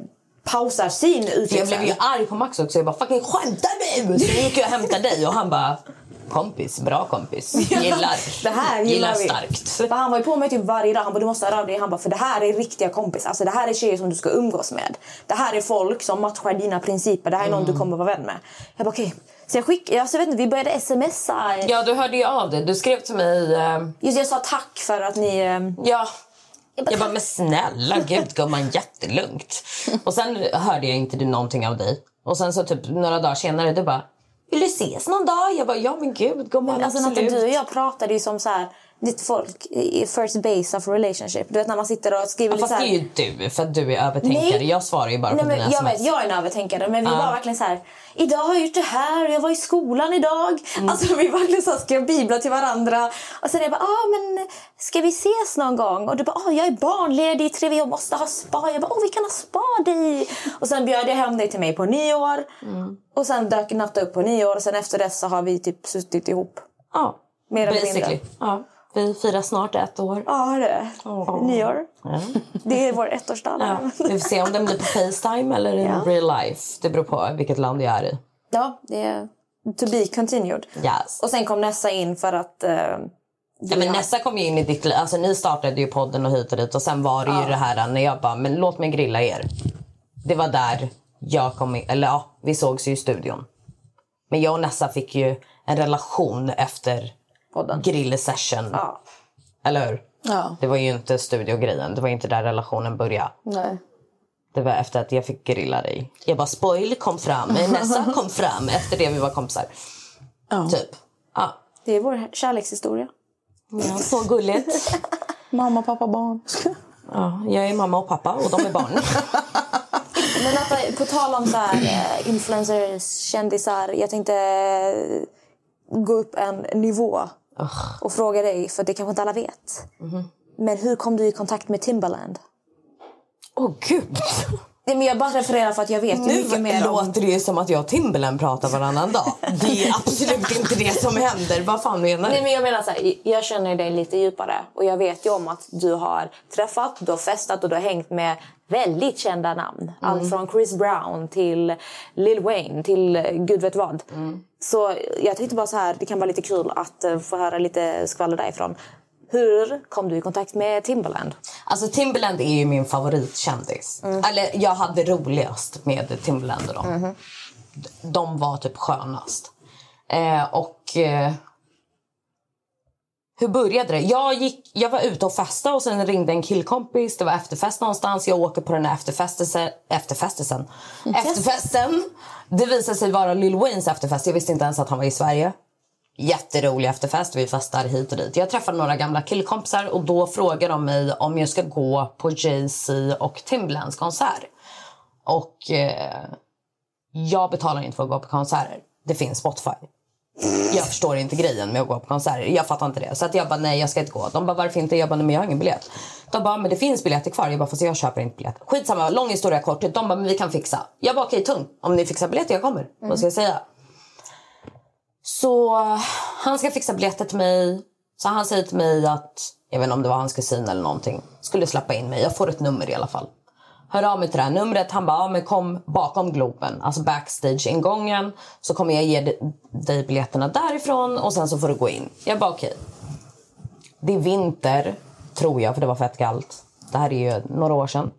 pausar sin utveckling. Jag blev ju arg på Max också. Jag bara, fucking skämtar du? Så gick jag och hämtade dig och han bara, kompis, bra kompis. Det här gillar vi. Starkt. För han var ju på mig typ varje dag. Han bara, du måste höra av dig. Han bara, för det här är riktiga kompis. Alltså det här är tjejer som du ska umgås med. Det här är folk som matchar dina principer. Det här är någon du kommer vara vän med. Jag bara, okej. Så jag skickade, alltså, vet inte, vi började smsa. Ja, du hörde ju av det. Du skrev till mig... Just jag sa tack för att ni... Ja. Jag bara, men snälla gud, går man jättelugnt. Och sen hörde jag inte någonting av dig. Och sen så typ några dagar senare, du bara, vill du ses någon dag? Jag bara, ja men gud, går man alltså, absolut. Du och jag pratade ju som så här, ditt folk i first base of relationship. Du vet när man sitter och skriver lite så här. Fast det är ju du, för att du är övertänkare. Nej. Jag svarar ju bara på dina sms. Jag vet, jag är en övertänkare. Men vi var verkligen så här, idag har jag gjort det här och jag var i skolan idag. Alltså vi verkligen så skrev biblar till varandra. Och sen jag bara, men ska vi ses någon gång? Och du bara, jag är barnledig i 3 veckor, jag måste ha spa. Jag bara, vi kan ha spa dig. Och sen bjöd jag hem dig till mig på nyår. Och sen dök natta upp på nyår. Och sen efter dess så har vi typ suttit ihop. Ja, mer eller mindre. Ja. Vi firar snart 1 år. Ja, det. Nyår. Ja. Det är vår 1-årsdag. Ja. Vi får se om den blir på FaceTime eller in real life. Det beror på vilket land jag är i. Ja, det är to be continued. Yes. Och sen kom Nessa in för att... ja, men Nessa kom ju in i ditt liv. Alltså ni startade ju podden och hit och dit. Och sen var det ju det här när jag bara, men låt mig grilla er. Det var där jag kom in. Eller ja, vi sågs ju i studion. Men jag och Nessa fick ju en relation efter... grillsession. Ja. Eller hur? Ja. Det var ju inte studiogrejen. Det var inte där relationen började. Nej. Det var efter att jag fick grilla dig. Jag bara, spoil kom fram. Nessa kom fram efter det vi var kompisar. Ja. Typ. Ja. Det är vår kärlekshistoria. Ja, så gulligt. Mamma, pappa, barn. Ja, jag är mamma och pappa och de är barn. Men att, på tal om så här, influencers, kändisar. Jag tänkte gå upp en nivå och fråga dig, för det kanske inte alla vet. Men hur kom du i kontakt med Timbaland? Gud. Nej, men jag bara refererar för att jag vet nu mycket mer om... låter det ju som att jag och Timbaland pratar varannan dag. Det är absolut inte det som händer. Vad fan menar du? Nej, men jag menar så här, jag känner dig lite djupare. Och jag vet ju om att du har träffat, du har festat och du har hängt med väldigt kända namn. Allt från Chris Brown till Lil Wayne till gud vet vad. Så jag tänkte bara så här, det kan vara lite kul att få höra lite skvaller därifrån. Hur kom du i kontakt med Timbaland? Alltså Timbaland är ju min favoritkändis. Eller jag hade roligast med Timbaland och dem. De var typ skönast. Hur började det? Jag var ute och festade och sen ringde en killkompis. Det var efterfest någonstans. Jag åker på den här efterfesten. Det visade sig vara Lil Waynes efterfest. Jag visste inte ens att han var i Sverige. Jätterolig efterfest, vi festar hit och dit. Jag träffade några gamla killkompisar och då frågade de mig om jag ska gå på Jay-Z och Timbalands konsert. Och jag betalar inte för att gå på konserter. Det finns Spotify. Jag förstår inte grejen med att gå på konserter. Jag fattar inte det. Så att jag bara, nej jag ska inte gå. De bara, varför inte? Jag bara, nej men jag har ingen biljett. De bara, men det finns biljetter kvar. Jag bara, fast jag köper inte biljett. Skitsamma, lång historia kort. De bara, men vi kan fixa. Jag bara, okej, tung. Om ni fixar biljetter, jag kommer. Vad ska jag säga? Så han ska fixa biljetter till mig. Så han säger till mig att, jag vet inte om det var hans kusin eller någonting, skulle släppa in mig. Jag får ett nummer i alla fall. Hör av mig till det här numret. Han bara, men kom bakom Globen, alltså backstage-ingången. Så kommer jag ge dig biljetterna därifrån och sen så får du gå in. Jag bara, okej. Det är vinter, tror jag, för det var fett kallt. Det här är ju några år sedan.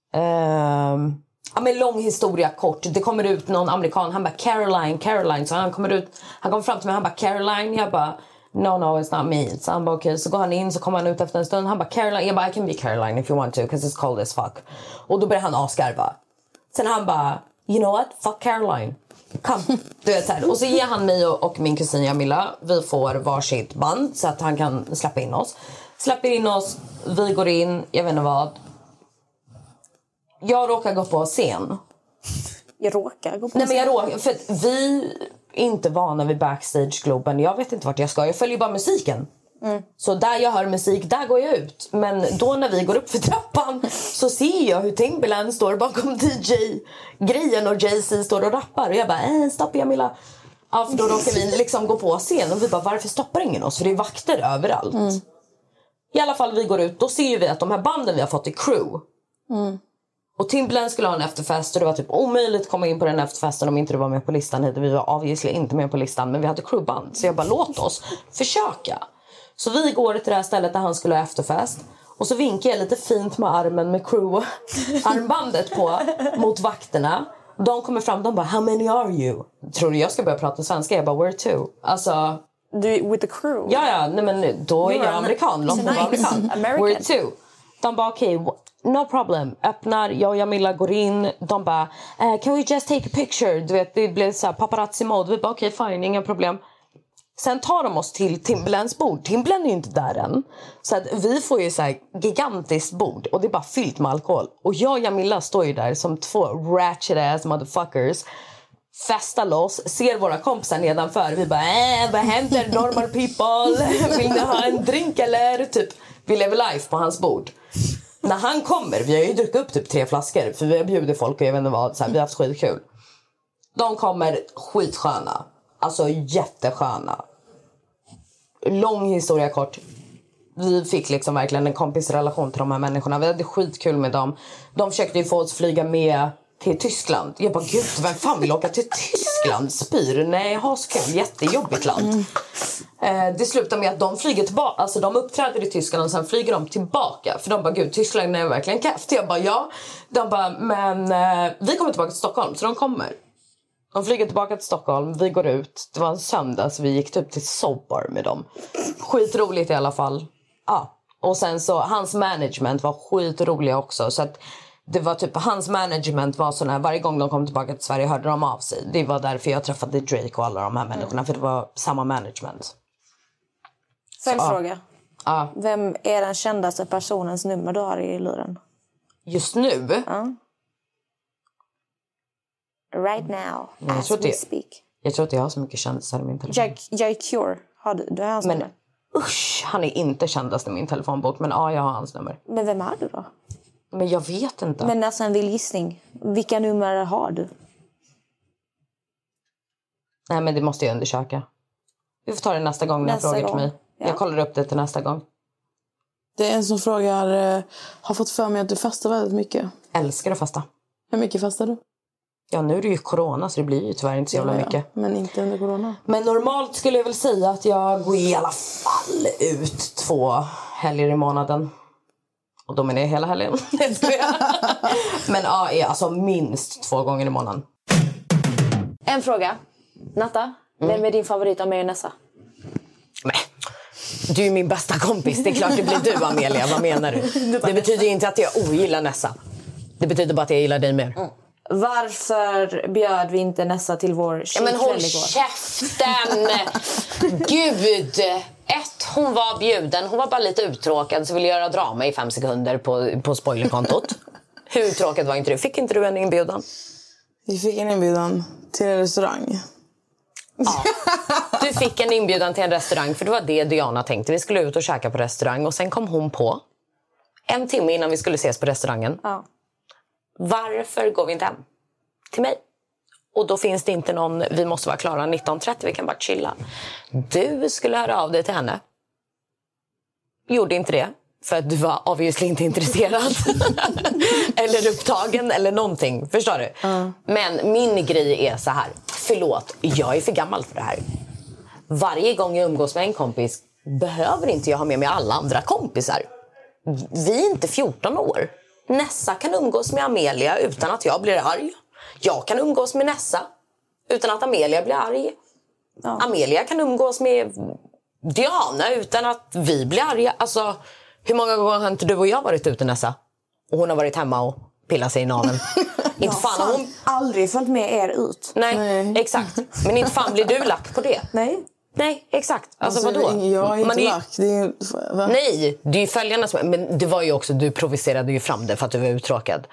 Ja, men lång historia kort. Det kommer ut någon amerikan. Han bara Caroline. Så han kommer fram till mig. Han bara Caroline. Jag bara no it's not me. Så han bara okej. Så går han in. Så kommer han ut efter en stund. Han bara Caroline. Jag bara I can be Caroline if you want to. Because it's cold as fuck. Och då börjar han asgarva. Sen han bara you know what? Fuck Caroline. Kom. Du vet så här. Och så ger han mig och min kusin Jamila. Vi får varsitt band. Så att han kan släppa in oss. Släpper in oss. Vi går in. Jag vet inte vad. Jag råkar gå på scen. Jag råkar gå på scen? Nej, men jag råkar, för att vi är inte vana vid backstage-globen. Jag vet inte vart jag ska. Jag följer bara musiken. Så där jag hör musik, där går jag ut. Men då när vi går upp för trappan så ser jag hur Timbaland står bakom DJ-grejen och Jay-Z står och rappar. Och jag bara, stopp Jamila. Ja, för då råkar vi liksom gå på scen. Och vi bara, varför stoppar ingen oss? För det är vakter överallt. I alla fall vi går ut, då ser vi att de här banden vi har fått i crew. Och Timbaland skulle ha en efterfest och det var typ omöjligt att komma in på den efterfesten om inte du var med på listan hit. Vi var obviously inte med på listan, men vi hade crewband. Så jag bara, låt oss försöka. Så vi går till det här stället där han skulle ha efterfest. Och så vinkar jag lite fint med armen med crew-armbandet på mot vakterna. De kommer fram, de bara, how many are you? Tror du jag ska börja prata svenska? Jag bara, where to? Alltså... Du with the crew? Ja, nej men då är jag amerikan. Låt mig vara amerikan. Where to? De bara, okej, no problem. Öppnar, jag och Jamila går in. De bara, can we just take a picture? Du vet, det blev så här paparazzi-mode. Vi bara, okej, fine, inga problem. Sen tar de oss till Timbalands bord. Timbaland är ju inte där än. Så att vi får ju så här gigantiskt bord. Och det är bara fyllt med alkohol. Och jag och Jamila står ju där som två ratchet ass motherfuckers. Festar loss. Ser våra kompisar nedanför. Vi bara, vad händer normal people? Vill ni ha en drink eller? Typ, vi lever life på hans bord. När han kommer, vi har ju druckit upp typ 3 flaskor. För vi har bjudit folk och jag vet inte vad. Så här, vi har haft skitkul. De kommer skitsköna. Alltså jättesköna. Lång historia kort. Vi fick liksom verkligen en kompisrelation till de här människorna. Vi hade skitkul med dem. De försökte ju få oss flyga med till Tyskland. Jag bara, gud, vem fan vill åka till Tyskland? Spyr? Nej, ha så kul. Jättejobbigt land. Det slutar med att de flyger tillbaka. Alltså de uppträder i Tyskland och sen flyger de tillbaka. För de bara, gud, Tyskland är verkligen käft. Jag bara, ja. De bara, men vi kommer tillbaka till Stockholm. Så de kommer. De flyger tillbaka till Stockholm, vi går ut. Det var en söndag så vi gick typ till Sobar med dem. Skitroligt i alla fall. Ja. Och sen så, hans management var skitroliga också. Så att det var typ, hans management var sån här, varje gång de kom tillbaka till Sverige hörde de av sig. Det var därför jag träffade Drake och alla de här människorna. För det var samma management. Följdfråga. Ja. Vem är den kändaste personens nummer du har i luren? Just nu? Ja. Right now, Nej, as we speak. Jag tror att jag har så mycket kändisar i min telefon. Jack Cure, du har hans nummer. Usch, han är inte kändast i min telefonbok. Men ja, jag har hans nummer. Men vem är du då? Men jag vet inte. Men alltså en vild gissning. Vilka nummer har du? Nej, men det måste jag undersöka. Vi får ta det nästa gång när jag frågar till mig. Ja. Jag kollar upp det till nästa gång. Det är en som frågar, har fått för mig att du fastar väldigt mycket. Älskar att fasta. Hur mycket fastar du? Ja, nu är det ju corona så det blir ju tyvärr inte så jävla mycket. Men inte under corona. Men normalt skulle jag väl säga att jag går i alla fall ut 2 helger i månaden. Och då menar jag hela helgen. Men ja, alltså minst 2 gånger i månaden. En fråga. Natta, vem är din favorit av mig och Nessa? Nej. Du är min bästa kompis. Det är klart det blir du, Amelia. Vad menar du? Det betyder inte att jag ogillar Nessa. Det betyder bara att jag gillar dig mer. Varför bjöd vi inte Nessa till vår tjejkväll igår? Men håll käften! Gud! Hon var bjuden. Hon var bara lite uttråkad så ville göra drama i 5 sekunder på spoilerkontot. Hur uttråkad var inte du? Fick inte du en inbjudan? Vi fick en inbjudan till en restaurang. Ja, du fick en inbjudan till en restaurang för det var det Diana tänkte. Vi skulle ut och käka på restaurang och sen kom hon på 1 timme innan vi skulle ses på restaurangen. Ja. Varför går vi inte hem till mig? Och då finns det inte någon, vi måste vara klara 19:30, vi kan bara chilla. Du skulle höra av dig till henne. Gjorde inte det. För att du var obviously inte intresserad. Eller upptagen eller någonting. Förstår du? Men min grej är så här. Förlåt, jag är för gammal för det här. Varje gång jag umgås med en kompis behöver inte jag ha med mig alla andra kompisar. Vi är inte 14 år. Nessa kan umgås med Amelia utan att jag blir arg. Jag kan umgås med Nessa utan att Amelia blir arg. Ja. Amelia kan umgås med Diana utan att vi blir arga. Alltså, hur många gånger har inte du och jag varit ute, Nessa? Och hon har varit hemma och pillat sig i naveln. Inte fan har hon aldrig följt med er ut. Nej, exakt. Men inte fan blir du lack på det. Nej, exakt. Alltså vadå? Jag är inte lack. Nej, det är ju följarna som... Men det var ju också, du provocerade ju fram det för att du var uttråkad.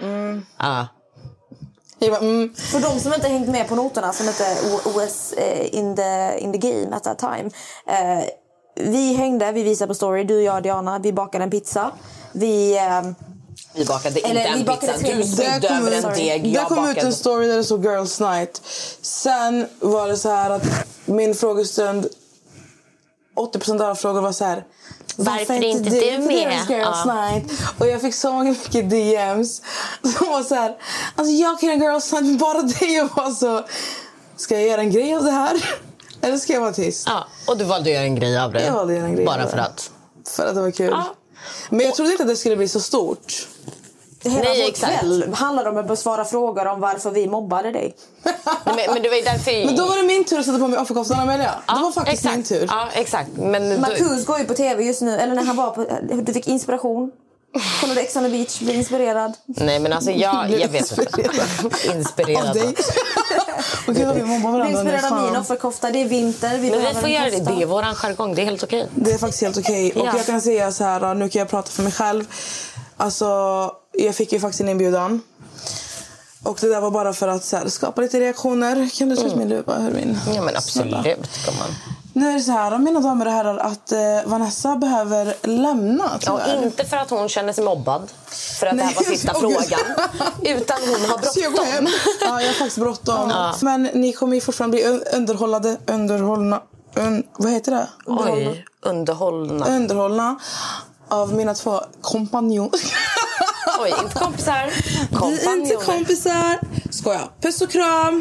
För de som inte hängt med på noterna, som inte was in the game at that time. Vi hängde, vi visade på story, du, jag och Diana. Vi bakade en pizza. Vi bakade inte en pizza. Du smidde över en deg. Det kom ut en story där det stod Girls Night. Sen var det så här att min frågestund 80% av alla frågor var så här: varför är inte du med? Girls night? Och jag fick så mycket DMs som var så här: alltså jag kan göra girls night med bara dig. Och var så, ska jag göra en grej av det här? Eller ska jag vara tyst? Ja, och du valde att göra en grej av det. Jag valde att göra en grej bara av för det. att. För att det var kul. Ja. Men jag trodde inte att det skulle bli så stort. Hela vår kväll handlade om att besvara frågor om varför vi mobbade dig. Men det var ju därför... Men då var det min tur att sätta på mig offerkoftan, Amelia. Det var faktiskt min tur. Ja, exakt. Men Marcus går ju på tv just nu. Eller när han var på... Du fick inspiration. Kollade Ex on the Beach, blev inspirerad. Nej, men alltså jag vet inte. Inspirerad. Av dig. Okej, vi mobbar varandra. Inspirerad av min offerkofta. Det är vinter. Men vi får göra det. Det är våran jargong. Det är helt okej. Det är faktiskt helt okej. Och jag kan säga så här, nu kan jag prata för mig själv. Alltså, jag fick ju faktiskt en inbjudan. Och det där var bara för att så här, skapa lite reaktioner. Kan du sluta min luva? Ja, men absolut. Kan man. Nu är det så här, mina damer och herrar, att Vanessa behöver lämna. Ja, inte för att hon känner sig mobbad. För att det här var sista frågan. Utan hon har bråttom. Ja, jag har faktiskt bråttom. Ja. Men ni kommer ju fortfarande bli underhållna. Vad heter det? Oj, Underhållna av mina 2 kompanjoner. Oj, inte kompisar. Vi är inte kompisar. Skoja. Puss och kram.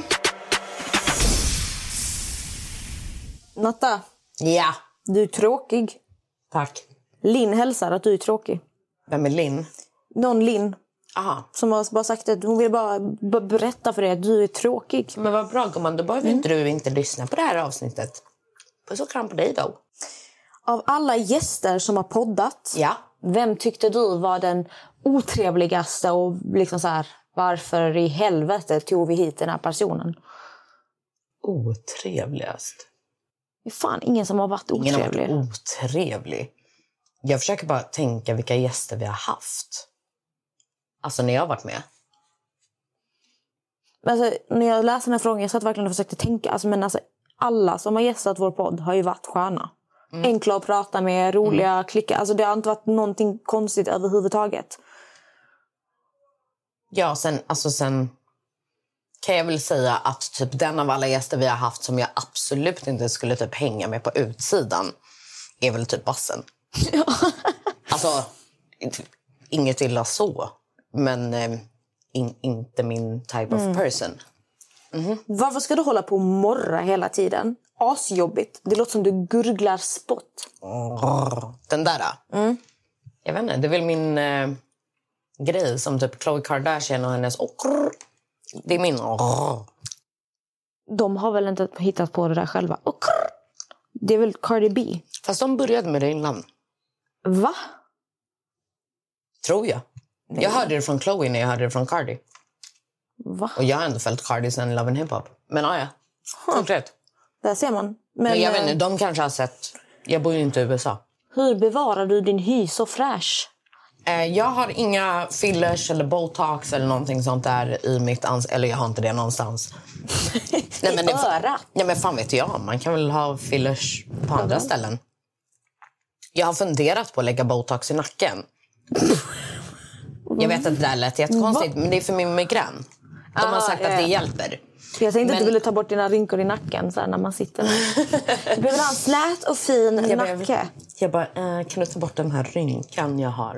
Natta. Ja. Du är tråkig. Tack. Linn hälsar att du är tråkig. Vem är Linn? Någon Linn. Aha. Som har bara sagt att hon vill bara berätta för dig att du är tråkig. Men vad bra, gumman. Då behöver du inte lyssna på det här avsnittet. Puss och kram på dig då. Av alla gäster som har poddat, vem tyckte du var den otrevligaste och liksom så här, varför i helvete tog vi hit den här personen? Otrevligast? Det är fan ingen som har varit otrevlig. Ingen har varit otrevlig. Jag försöker bara tänka vilka gäster vi har haft. Alltså när jag har varit med. Alltså, när jag läste den här frågan, jag satt verkligen och försökte tänka. Alltså, men alltså, alla som har gästat vår podd har ju varit sköna. Enkla att prata med, roliga, klicka. Alltså det har inte varit någonting konstigt överhuvudtaget. Ja, sen kan jag väl säga att typ den av alla gäster vi har haft som jag absolut inte skulle typ hänga med på utsidan är väl typ Bassen. Ja. Alltså, inget illa så. Men inte min type of person. Varför ska du hålla på och morra hela tiden? Asjobbigt. Det låter som du gurglar spott. Den där. Jag vet inte, det är väl min grej som typ Khloe Kardashian och hennes det är min. De har väl inte hittat på det där själva. Det är väl Cardi B. Fast de började med det innan. Va? Tror jag. Nej. Jag hörde det från Khloe när jag hörde det från Cardi. Va? Och jag har ändå följt Cardi sen Love and Hip Hop. Men ja. Konkret. Där ser man. Men jag vet inte, de kanske har sett. Jag bor ju inte i USA. Hur bevarar du din hy så fräsch? Jag har inga fillers eller botox eller någonting sånt där i mitt eller jag har inte det någonstans. Nej, men örat? Nej, men fan vet jag. Man kan väl ha fillers på andra ställen. Jag har funderat på att lägga botox i nacken. Jag vet att det där lät jättekonstigt, men det är för min migrän. De har sagt att det hjälper. Jag tänkte att du ville ta bort dina rynkor i nacken så här, när man sitter. Du behöver ha en slät och fin nacke. Jag bara, kan du ta bort den här rynkan jag har?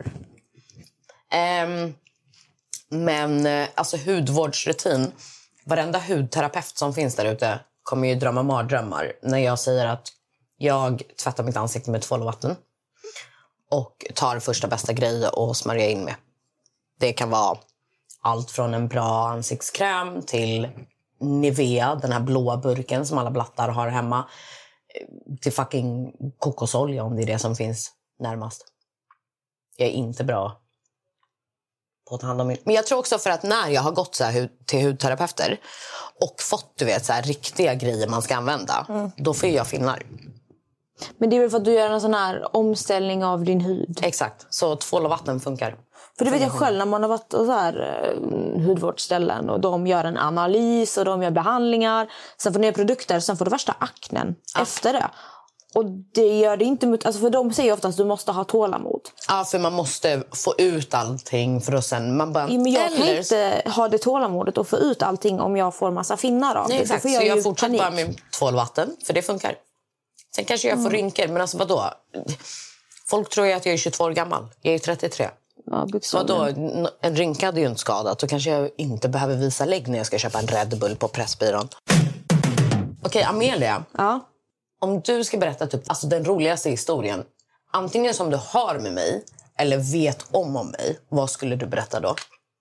Men alltså hudvårdsrutin. Varenda hudterapeut som finns där ute kommer ju drömma mardrömmar när jag säger att jag tvättar mitt ansikte med tvål och vatten. Och tar första bästa grej och smörjer in med. Det kan vara allt från en bra ansiktskräm till Nivea, den här blåa burken som alla blattar har hemma, till fucking kokosolja om det är det som finns närmast. Jag är inte bra på att ta hand om min. Men jag tror också för att när jag har gått så här till hudterapeuter och fått du vet så här riktiga grejer man ska använda, då får jag finnar. Men det är väl för att du gör en sån här omställning av din hud. Exakt, så tvål och vatten funkar. För det vet jag själv när man har varit så här hudvårdsställen och de gör en analys och de gör behandlingar. Sen får de göra produkter, sen får du värsta aknen efter det. Och det gör det inte mot, alltså för de säger ofta att du måste ha tålamod. Ja, för man måste få ut allting för att sen man bara... Men jag kan inte ha det tålamodet och få ut allting om jag får massa finnar av det. Nej, exakt. Så jag fortsätter bara med tvål och vatten, för det funkar. Sen kanske jag får rynkor, men alltså vadå? Folk tror ju att jag är 22 år gammal. Jag är 33. Ja, vadå? En rynka hade ju inte skadat. Då kanske jag inte behöver visa lägg när jag ska köpa en Red Bull på Pressbyrån. Okej, Amelia. Ja. Om du ska berätta typ, alltså den roligaste historien, antingen som du har med mig eller vet om mig, vad skulle du berätta då?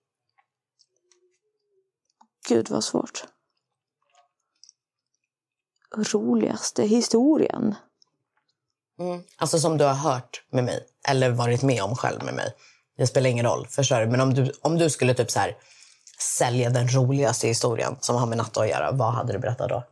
Gud, vad svårt. Roligaste historien. Alltså som du har hört med mig eller varit med om själv med mig. Det spelar ingen roll, förstår du? Men om du skulle typ så här sälja den roligaste historien som har med Natta att göra, vad hade du berättat då?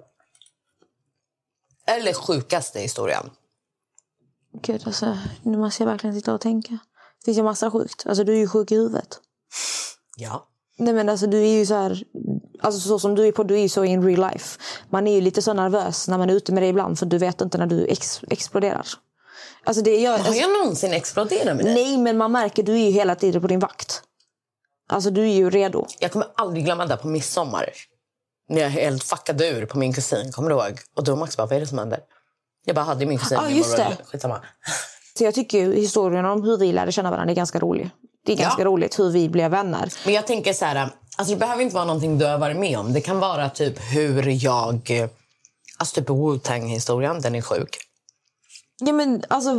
Eller sjukaste historien? Gud, alltså, nu måste jag verkligen sitta och tänka. Det finns ju massa sjukt. Alltså, du är ju sjuk i huvudet. Ja. Nej, men alltså, du är ju så här... Alltså, så som du är på, du är ju så in real life. Man är ju lite så nervös när man är ute med dig ibland, för du vet inte när du exploderar. Alltså, har jag någonsin exploderat med dig? Nej, men man märker, du är ju hela tiden på din vakt. Alltså, du är ju redo. Jag kommer aldrig glömma det på midsommar. När jag helt fuckade ur på min kusin, kommer du ihåg? Och då Max bara, vad är det som händer? Jag bara hade min kusin. Ja, just det. Skitsamma. Så jag tycker ju historien om hur vi lärde känna varandra är ganska rolig. Det är ganska roligt hur vi blev vänner. Men jag tänker så här, alltså det behöver inte vara någonting du har varit med om. Det kan vara typ hur jag... Alltså typ Wu-Tang-historien, den är sjuk. Ja, men alltså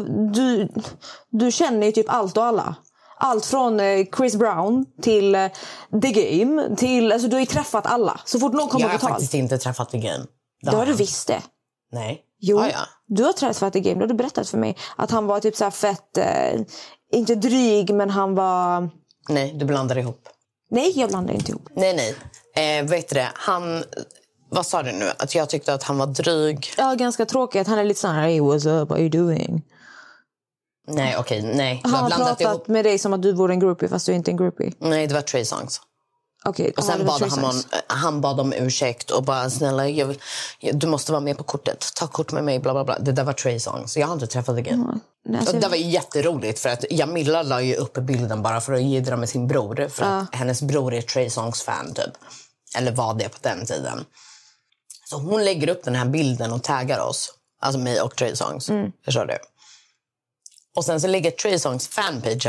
du känner ju typ allt och alla. Allt från Chris Brown till The Game till... Alltså du har ju träffat alla. Så fort någon kommer på tal. Jag har faktiskt inte träffat The Game. Det har du visst det. Nej. Jo, ja. Du har träffat The Game. Då har du berättat för mig att han var typ så här fett... inte dryg, men han var... Nej, du blandar ihop. Nej, jag blandar inte ihop. Nej. Vet du det? Han... Vad sa du nu? Att jag tyckte att han var dryg. Ja, ganska tråkigt. Han är lite sån här, hey, what's up, what are you doing? Nej, okej, nej. Han har pratat ihop med dig som att du vore en groupie, fast du är inte en groupie. Nej, det var Trey Songs. Okay, och sen han bad om ursäkt och bara, snälla, du måste vara med på kortet. Ta kort med mig, bla bla bla. Det där var Trey Songs. Jag har inte träffat igen. Och det var jätteroligt för att Jamila la ju upp bilden bara för att jiddra med sin bror. För att hennes bror är Trey Songs fan typ. Eller var det på den tiden. Så hon lägger upp den här bilden och taggar oss. Alltså mig och Trey Songs. Förstår du? Och sen så lägger Trey Songs fanpage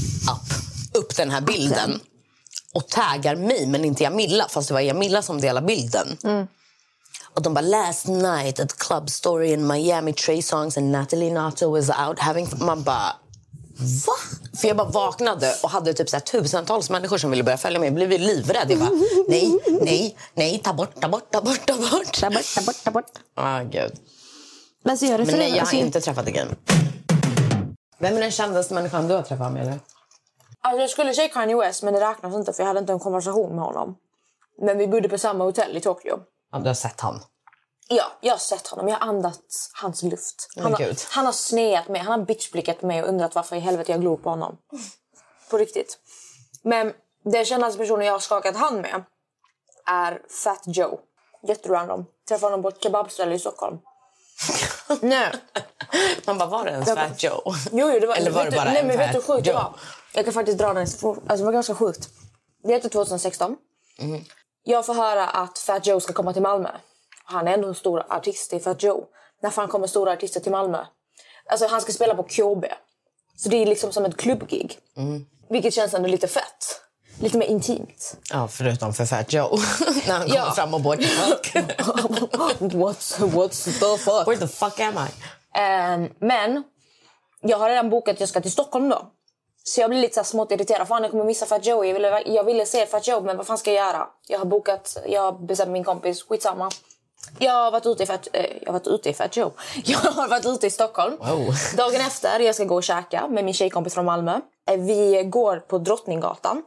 upp den här bilden. Och taggar mig, men inte Jamila. Fast det var Jamila som delade bilden. Och de bara, last night at Club Story in Miami, Trey Songs and Natalie Nato was out having... Man bara, va? För jag bara vaknade och hade typ så här tusentals människor som ville börja följa mig. Jag blev livrädd. Jag bara, nej, ta bort. Gud. Men nej, jag har inte träffat igen. Vem är den kändaste människan du har träffat med, eller? Alltså jag skulle säga Kanye West, men det räknas inte för jag hade inte en konversation med honom. Men vi bodde på samma hotell i Tokyo. Ja, du har sett han? Ja, jag har sett honom. Jag har andats hans luft. Han har sneat mig. Han har bitchblickat på mig och undrat varför i helvete jag glor på honom. På riktigt. Men den kändaste personen jag har skakat hand med är Fat Joe. Jätterandom. Träffade honom på ett kebabställe i Stockholm. Nej. Man bara, var det ens Fat Joe? Jo, det var... Eller var det bara nej, men vet du hur sjukt det var? Jag kan faktiskt dra den. Alltså det var ganska sjukt. Det är 2016. Jag får höra att Fat Joe ska komma till Malmö. Han är ändå en stor artist i Fat Joe. När fan kommer stora artister till Malmö? Alltså han ska spela på KB. Så det är liksom som ett klubbgig. Vilket känns ändå lite fett. Lite mer intimt. Ja, förutom för Fat Joe. När han kommer fram och bort. What's the fuck? Where the fuck am I? Men jag har redan bokat att jag ska till Stockholm då. Så jag blir lite så här smått irriterad. Fan, jag kommer missa Fat Joe. Jag ville se Fat Joe, men vad fan ska jag göra? Jag har bestämt min kompis. Skitsamma. Jag har varit ute i Fat Joe. Jag har varit ute i Stockholm. Wow. Dagen efter, jag ska gå och käka med min tjejkompis från Malmö. Vi går på Drottninggatan.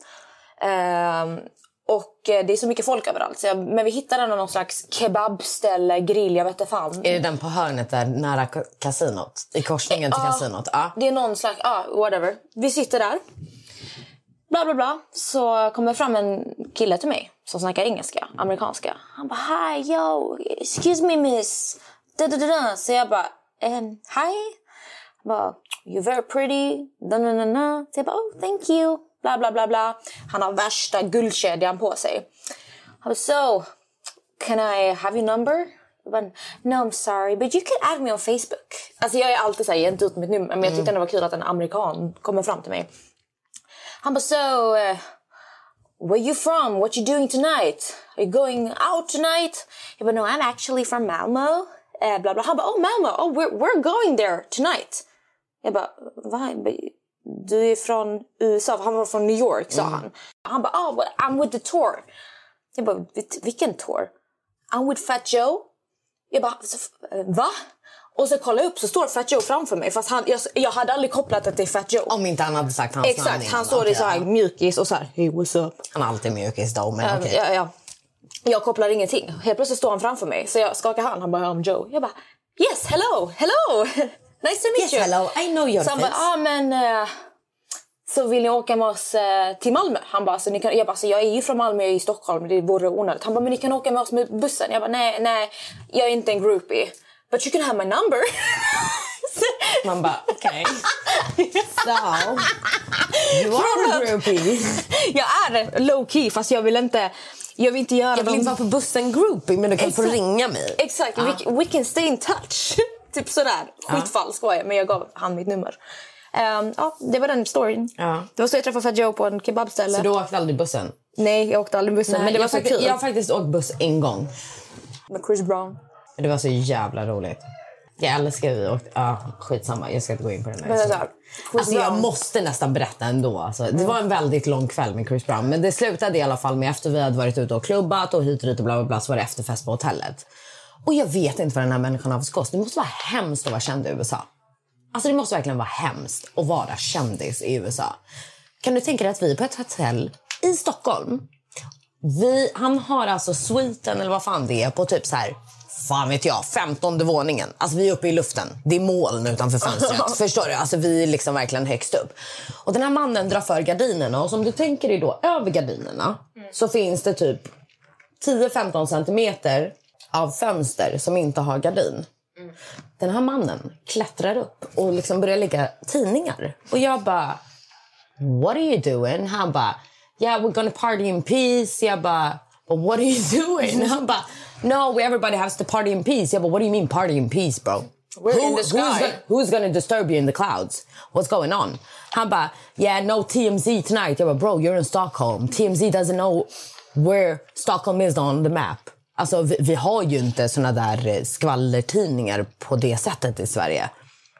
Och det är så mycket folk överallt. Men vi hittade någon slags kebabställe, grill, jag vet inte fan. Är det den på hörnet där nära kasinot? I korsningen till kasinot? Det är någon slags, whatever. Vi sitter där. Bla bla bla. Så kommer fram en kille till mig som snackar engelska, amerikanska. Han bara, hi, yo, excuse me miss. Så jag bara, hi. Han bara, you're very pretty. Så jag bara, oh, thank you. Bla bla bla bla. Han har värsta guldkedjan på sig. Han bara, so, can I have your number? Jag bara, no I'm sorry but you can add me on Facebook. Alltså jag är alltid såhär, jag är inte ut mitt nummer. Men jag tyckte det var kul att en amerikan kommer fram till mig. Han bara, so where you from? What you doing tonight? Are you going out tonight? Jag bara, no I'm actually from Malmö. Bla bla. Han bara, oh Malmö, oh we're going there tonight. Jag bara, va? Du är från USA. Han var från New York, sa han. Han bara, oh I'm with the tour. Jag bara, vilken tour? I'm with Fat Joe. Jag bara, va? Och så kollar jag upp så står Fat Joe framför mig. Fast jag hade aldrig kopplat det till Fat Joe. Om inte han hade sagt hans namn. Exakt, han står i så här mjukis och så här, hey what's up? Han är alltid mjukis då, men okej. Ja. Jag kopplar ingenting. Helt plötsligt står han framför mig. Så jag skakar hand, han bara, I'm Joe. Jag bara, yes, hello. Nice to meet you. Yes, hello, I know your så face. Så han bara, men... Så vill ni åka med oss till Malmö? Han bara, så ni kan, jag bara, så jag är ju från Malmö, jag är i Stockholm, det vore onödigt. Han bara, men ni kan åka med oss med bussen. Jag bara, nej, jag är inte en groupie. But you can have my number. Man bara, okej. So, you are a groupie. Jag är low key, fast jag vill inte göra jag vill inte vara på bussen groupie, men du kan få ringa mig. Exakt, we can stay in touch. Typ sådär, skitfalsk var jag, men jag gav han mitt nummer. Det var den storyn. Det var så jag träffade Fat Joe på en kebabställe. Så du åkte aldrig bussen? Nej, jag åkte aldrig bussen. Nej, men det var så kul. Jag har faktiskt åkt buss en gång. Med Chris Brown. Det var så jävla roligt. Jag älskar vi åkte. Skitsamma, jag ska inte gå in på den här. Alltså jag måste nästan berätta ändå. Alltså, det var en väldigt lång kväll med Chris Brown. Men det slutade i alla fall med, efter vi hade varit ute och klubbat och hit och dit och bla bla bla, så var det efterfest på hotellet. Och jag vet inte vad den här människan har för skås. Det måste vara hemskt att vara känd i USA. Alltså det måste verkligen vara hemskt att vara kändis i USA. Kan du tänka dig att vi är på ett hotell i Stockholm. Han har alltså suiten eller vad fan det är på typ så här, fan vet jag, 15:e våningen. Alltså vi är uppe i luften. Det är moln utanför fönstret. Förstår du? Alltså vi är liksom verkligen högst upp. Och den här mannen drar för gardinerna. Och som du tänker dig då, över gardinerna så finns det typ 10-15 centimeter av fönster som inte har gardin. Den här mannen klättrar upp och liksom börjar lägga tidningar. Och jag bara, what are you doing? Han bara, yeah, we're gonna party in peace. Jag bara, but what are you doing? Han bara, no, everybody has to party in peace. Jag bara, what do you mean party in peace, bro? We're in the sky. Who's gonna disturb you in the clouds? What's going on? Han bara, yeah, no TMZ tonight. Jag bara, bro, you're in Stockholm. TMZ doesn't know where Stockholm is on the map. Alltså vi har ju inte såna där skvallertidningar på det sättet i Sverige.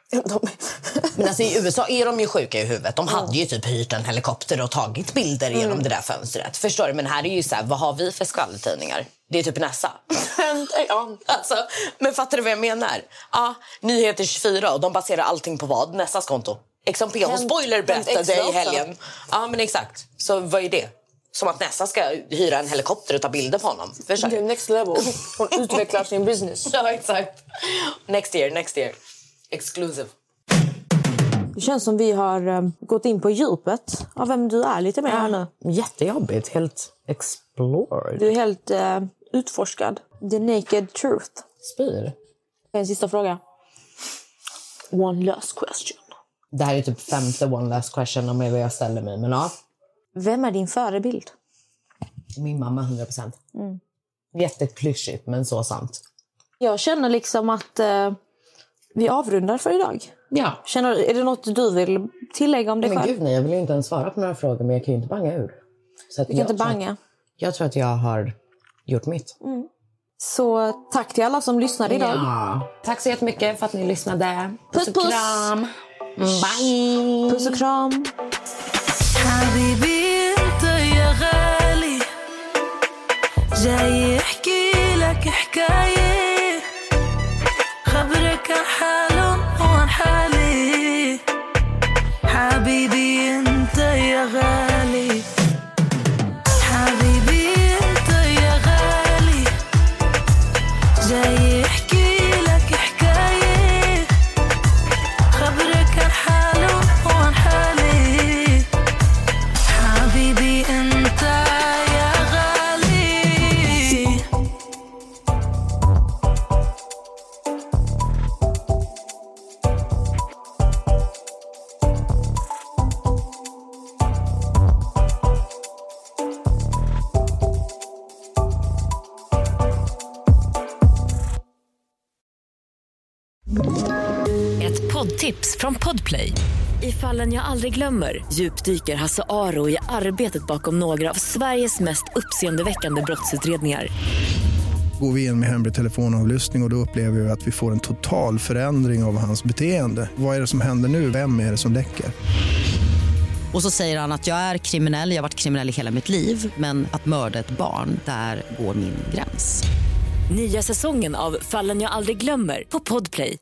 Men alltså i USA är de ju sjuka i huvudet. De hade ju typ hyrt en helikopter och tagit bilder genom det där fönstret. Förstår du? Men här är ju så här, vad har vi för skvallertidningar? Det är typ Nessa. Alltså, men fattar du vad jag menar? Ja, Nyheter 24 och de baserar allting på vad? Nessas konto. XMP och Spoiler berättade i helgen. Ja, men exakt. Så vad är det? Som att Nessa ska hyra en helikopter och ta bilder på honom. Det är next level. Hon utvecklar sin business. Ja, exakt. Next year. Exclusive. Det känns som vi har gått in på djupet av vem du är lite mer här nu. Jättejobbigt. Helt explored. Du är helt utforskad. The naked truth. Spyr. En sista fråga. One last question. Det här är typ 5:e one last question om vad jag ställer mig. Men ja. Vem är din förebild? Min mamma, 100%. Jätteklyschigt, men så sant. Jag känner liksom att vi avrundar för idag. Ja. Är det något du vill tillägga om dig själv? Men gud, nej, jag vill ju inte ens svara på några frågor, men jag kan ju inte banga ur. Så att du kan inte banga? Jag tror att jag har gjort mitt. Så tack till alla som lyssnade idag. Ja. Tack så jättemycket för att ni lyssnade. Puss, puss. Kram. Bye. Puss och kram. حبيبي انت يا غالي جاي احكي لك حكاية خبرك عن حالهم وعن حالي حبيبي انت يا غالي حبيبي انت يا غالي جاي احكي لك حكاية خبرك عن حالهم وعن حالي حبيبي انت يا غالي poddtips från Podplay. I Fallen jag aldrig glömmer djupdyker Hasse Aro i arbetet bakom några av Sveriges mest uppseendeväckande brottsutredningar. Går vi in med hemlig telefonavlyssning och då upplever vi att vi får en total förändring av hans beteende. Vad är det som händer nu? Vem är det som läcker? Och så säger han att jag är kriminell, jag har varit kriminell i hela mitt liv. Men att mörda ett barn, där går min gräns. Nya säsongen av Fallen jag aldrig glömmer på Podplay.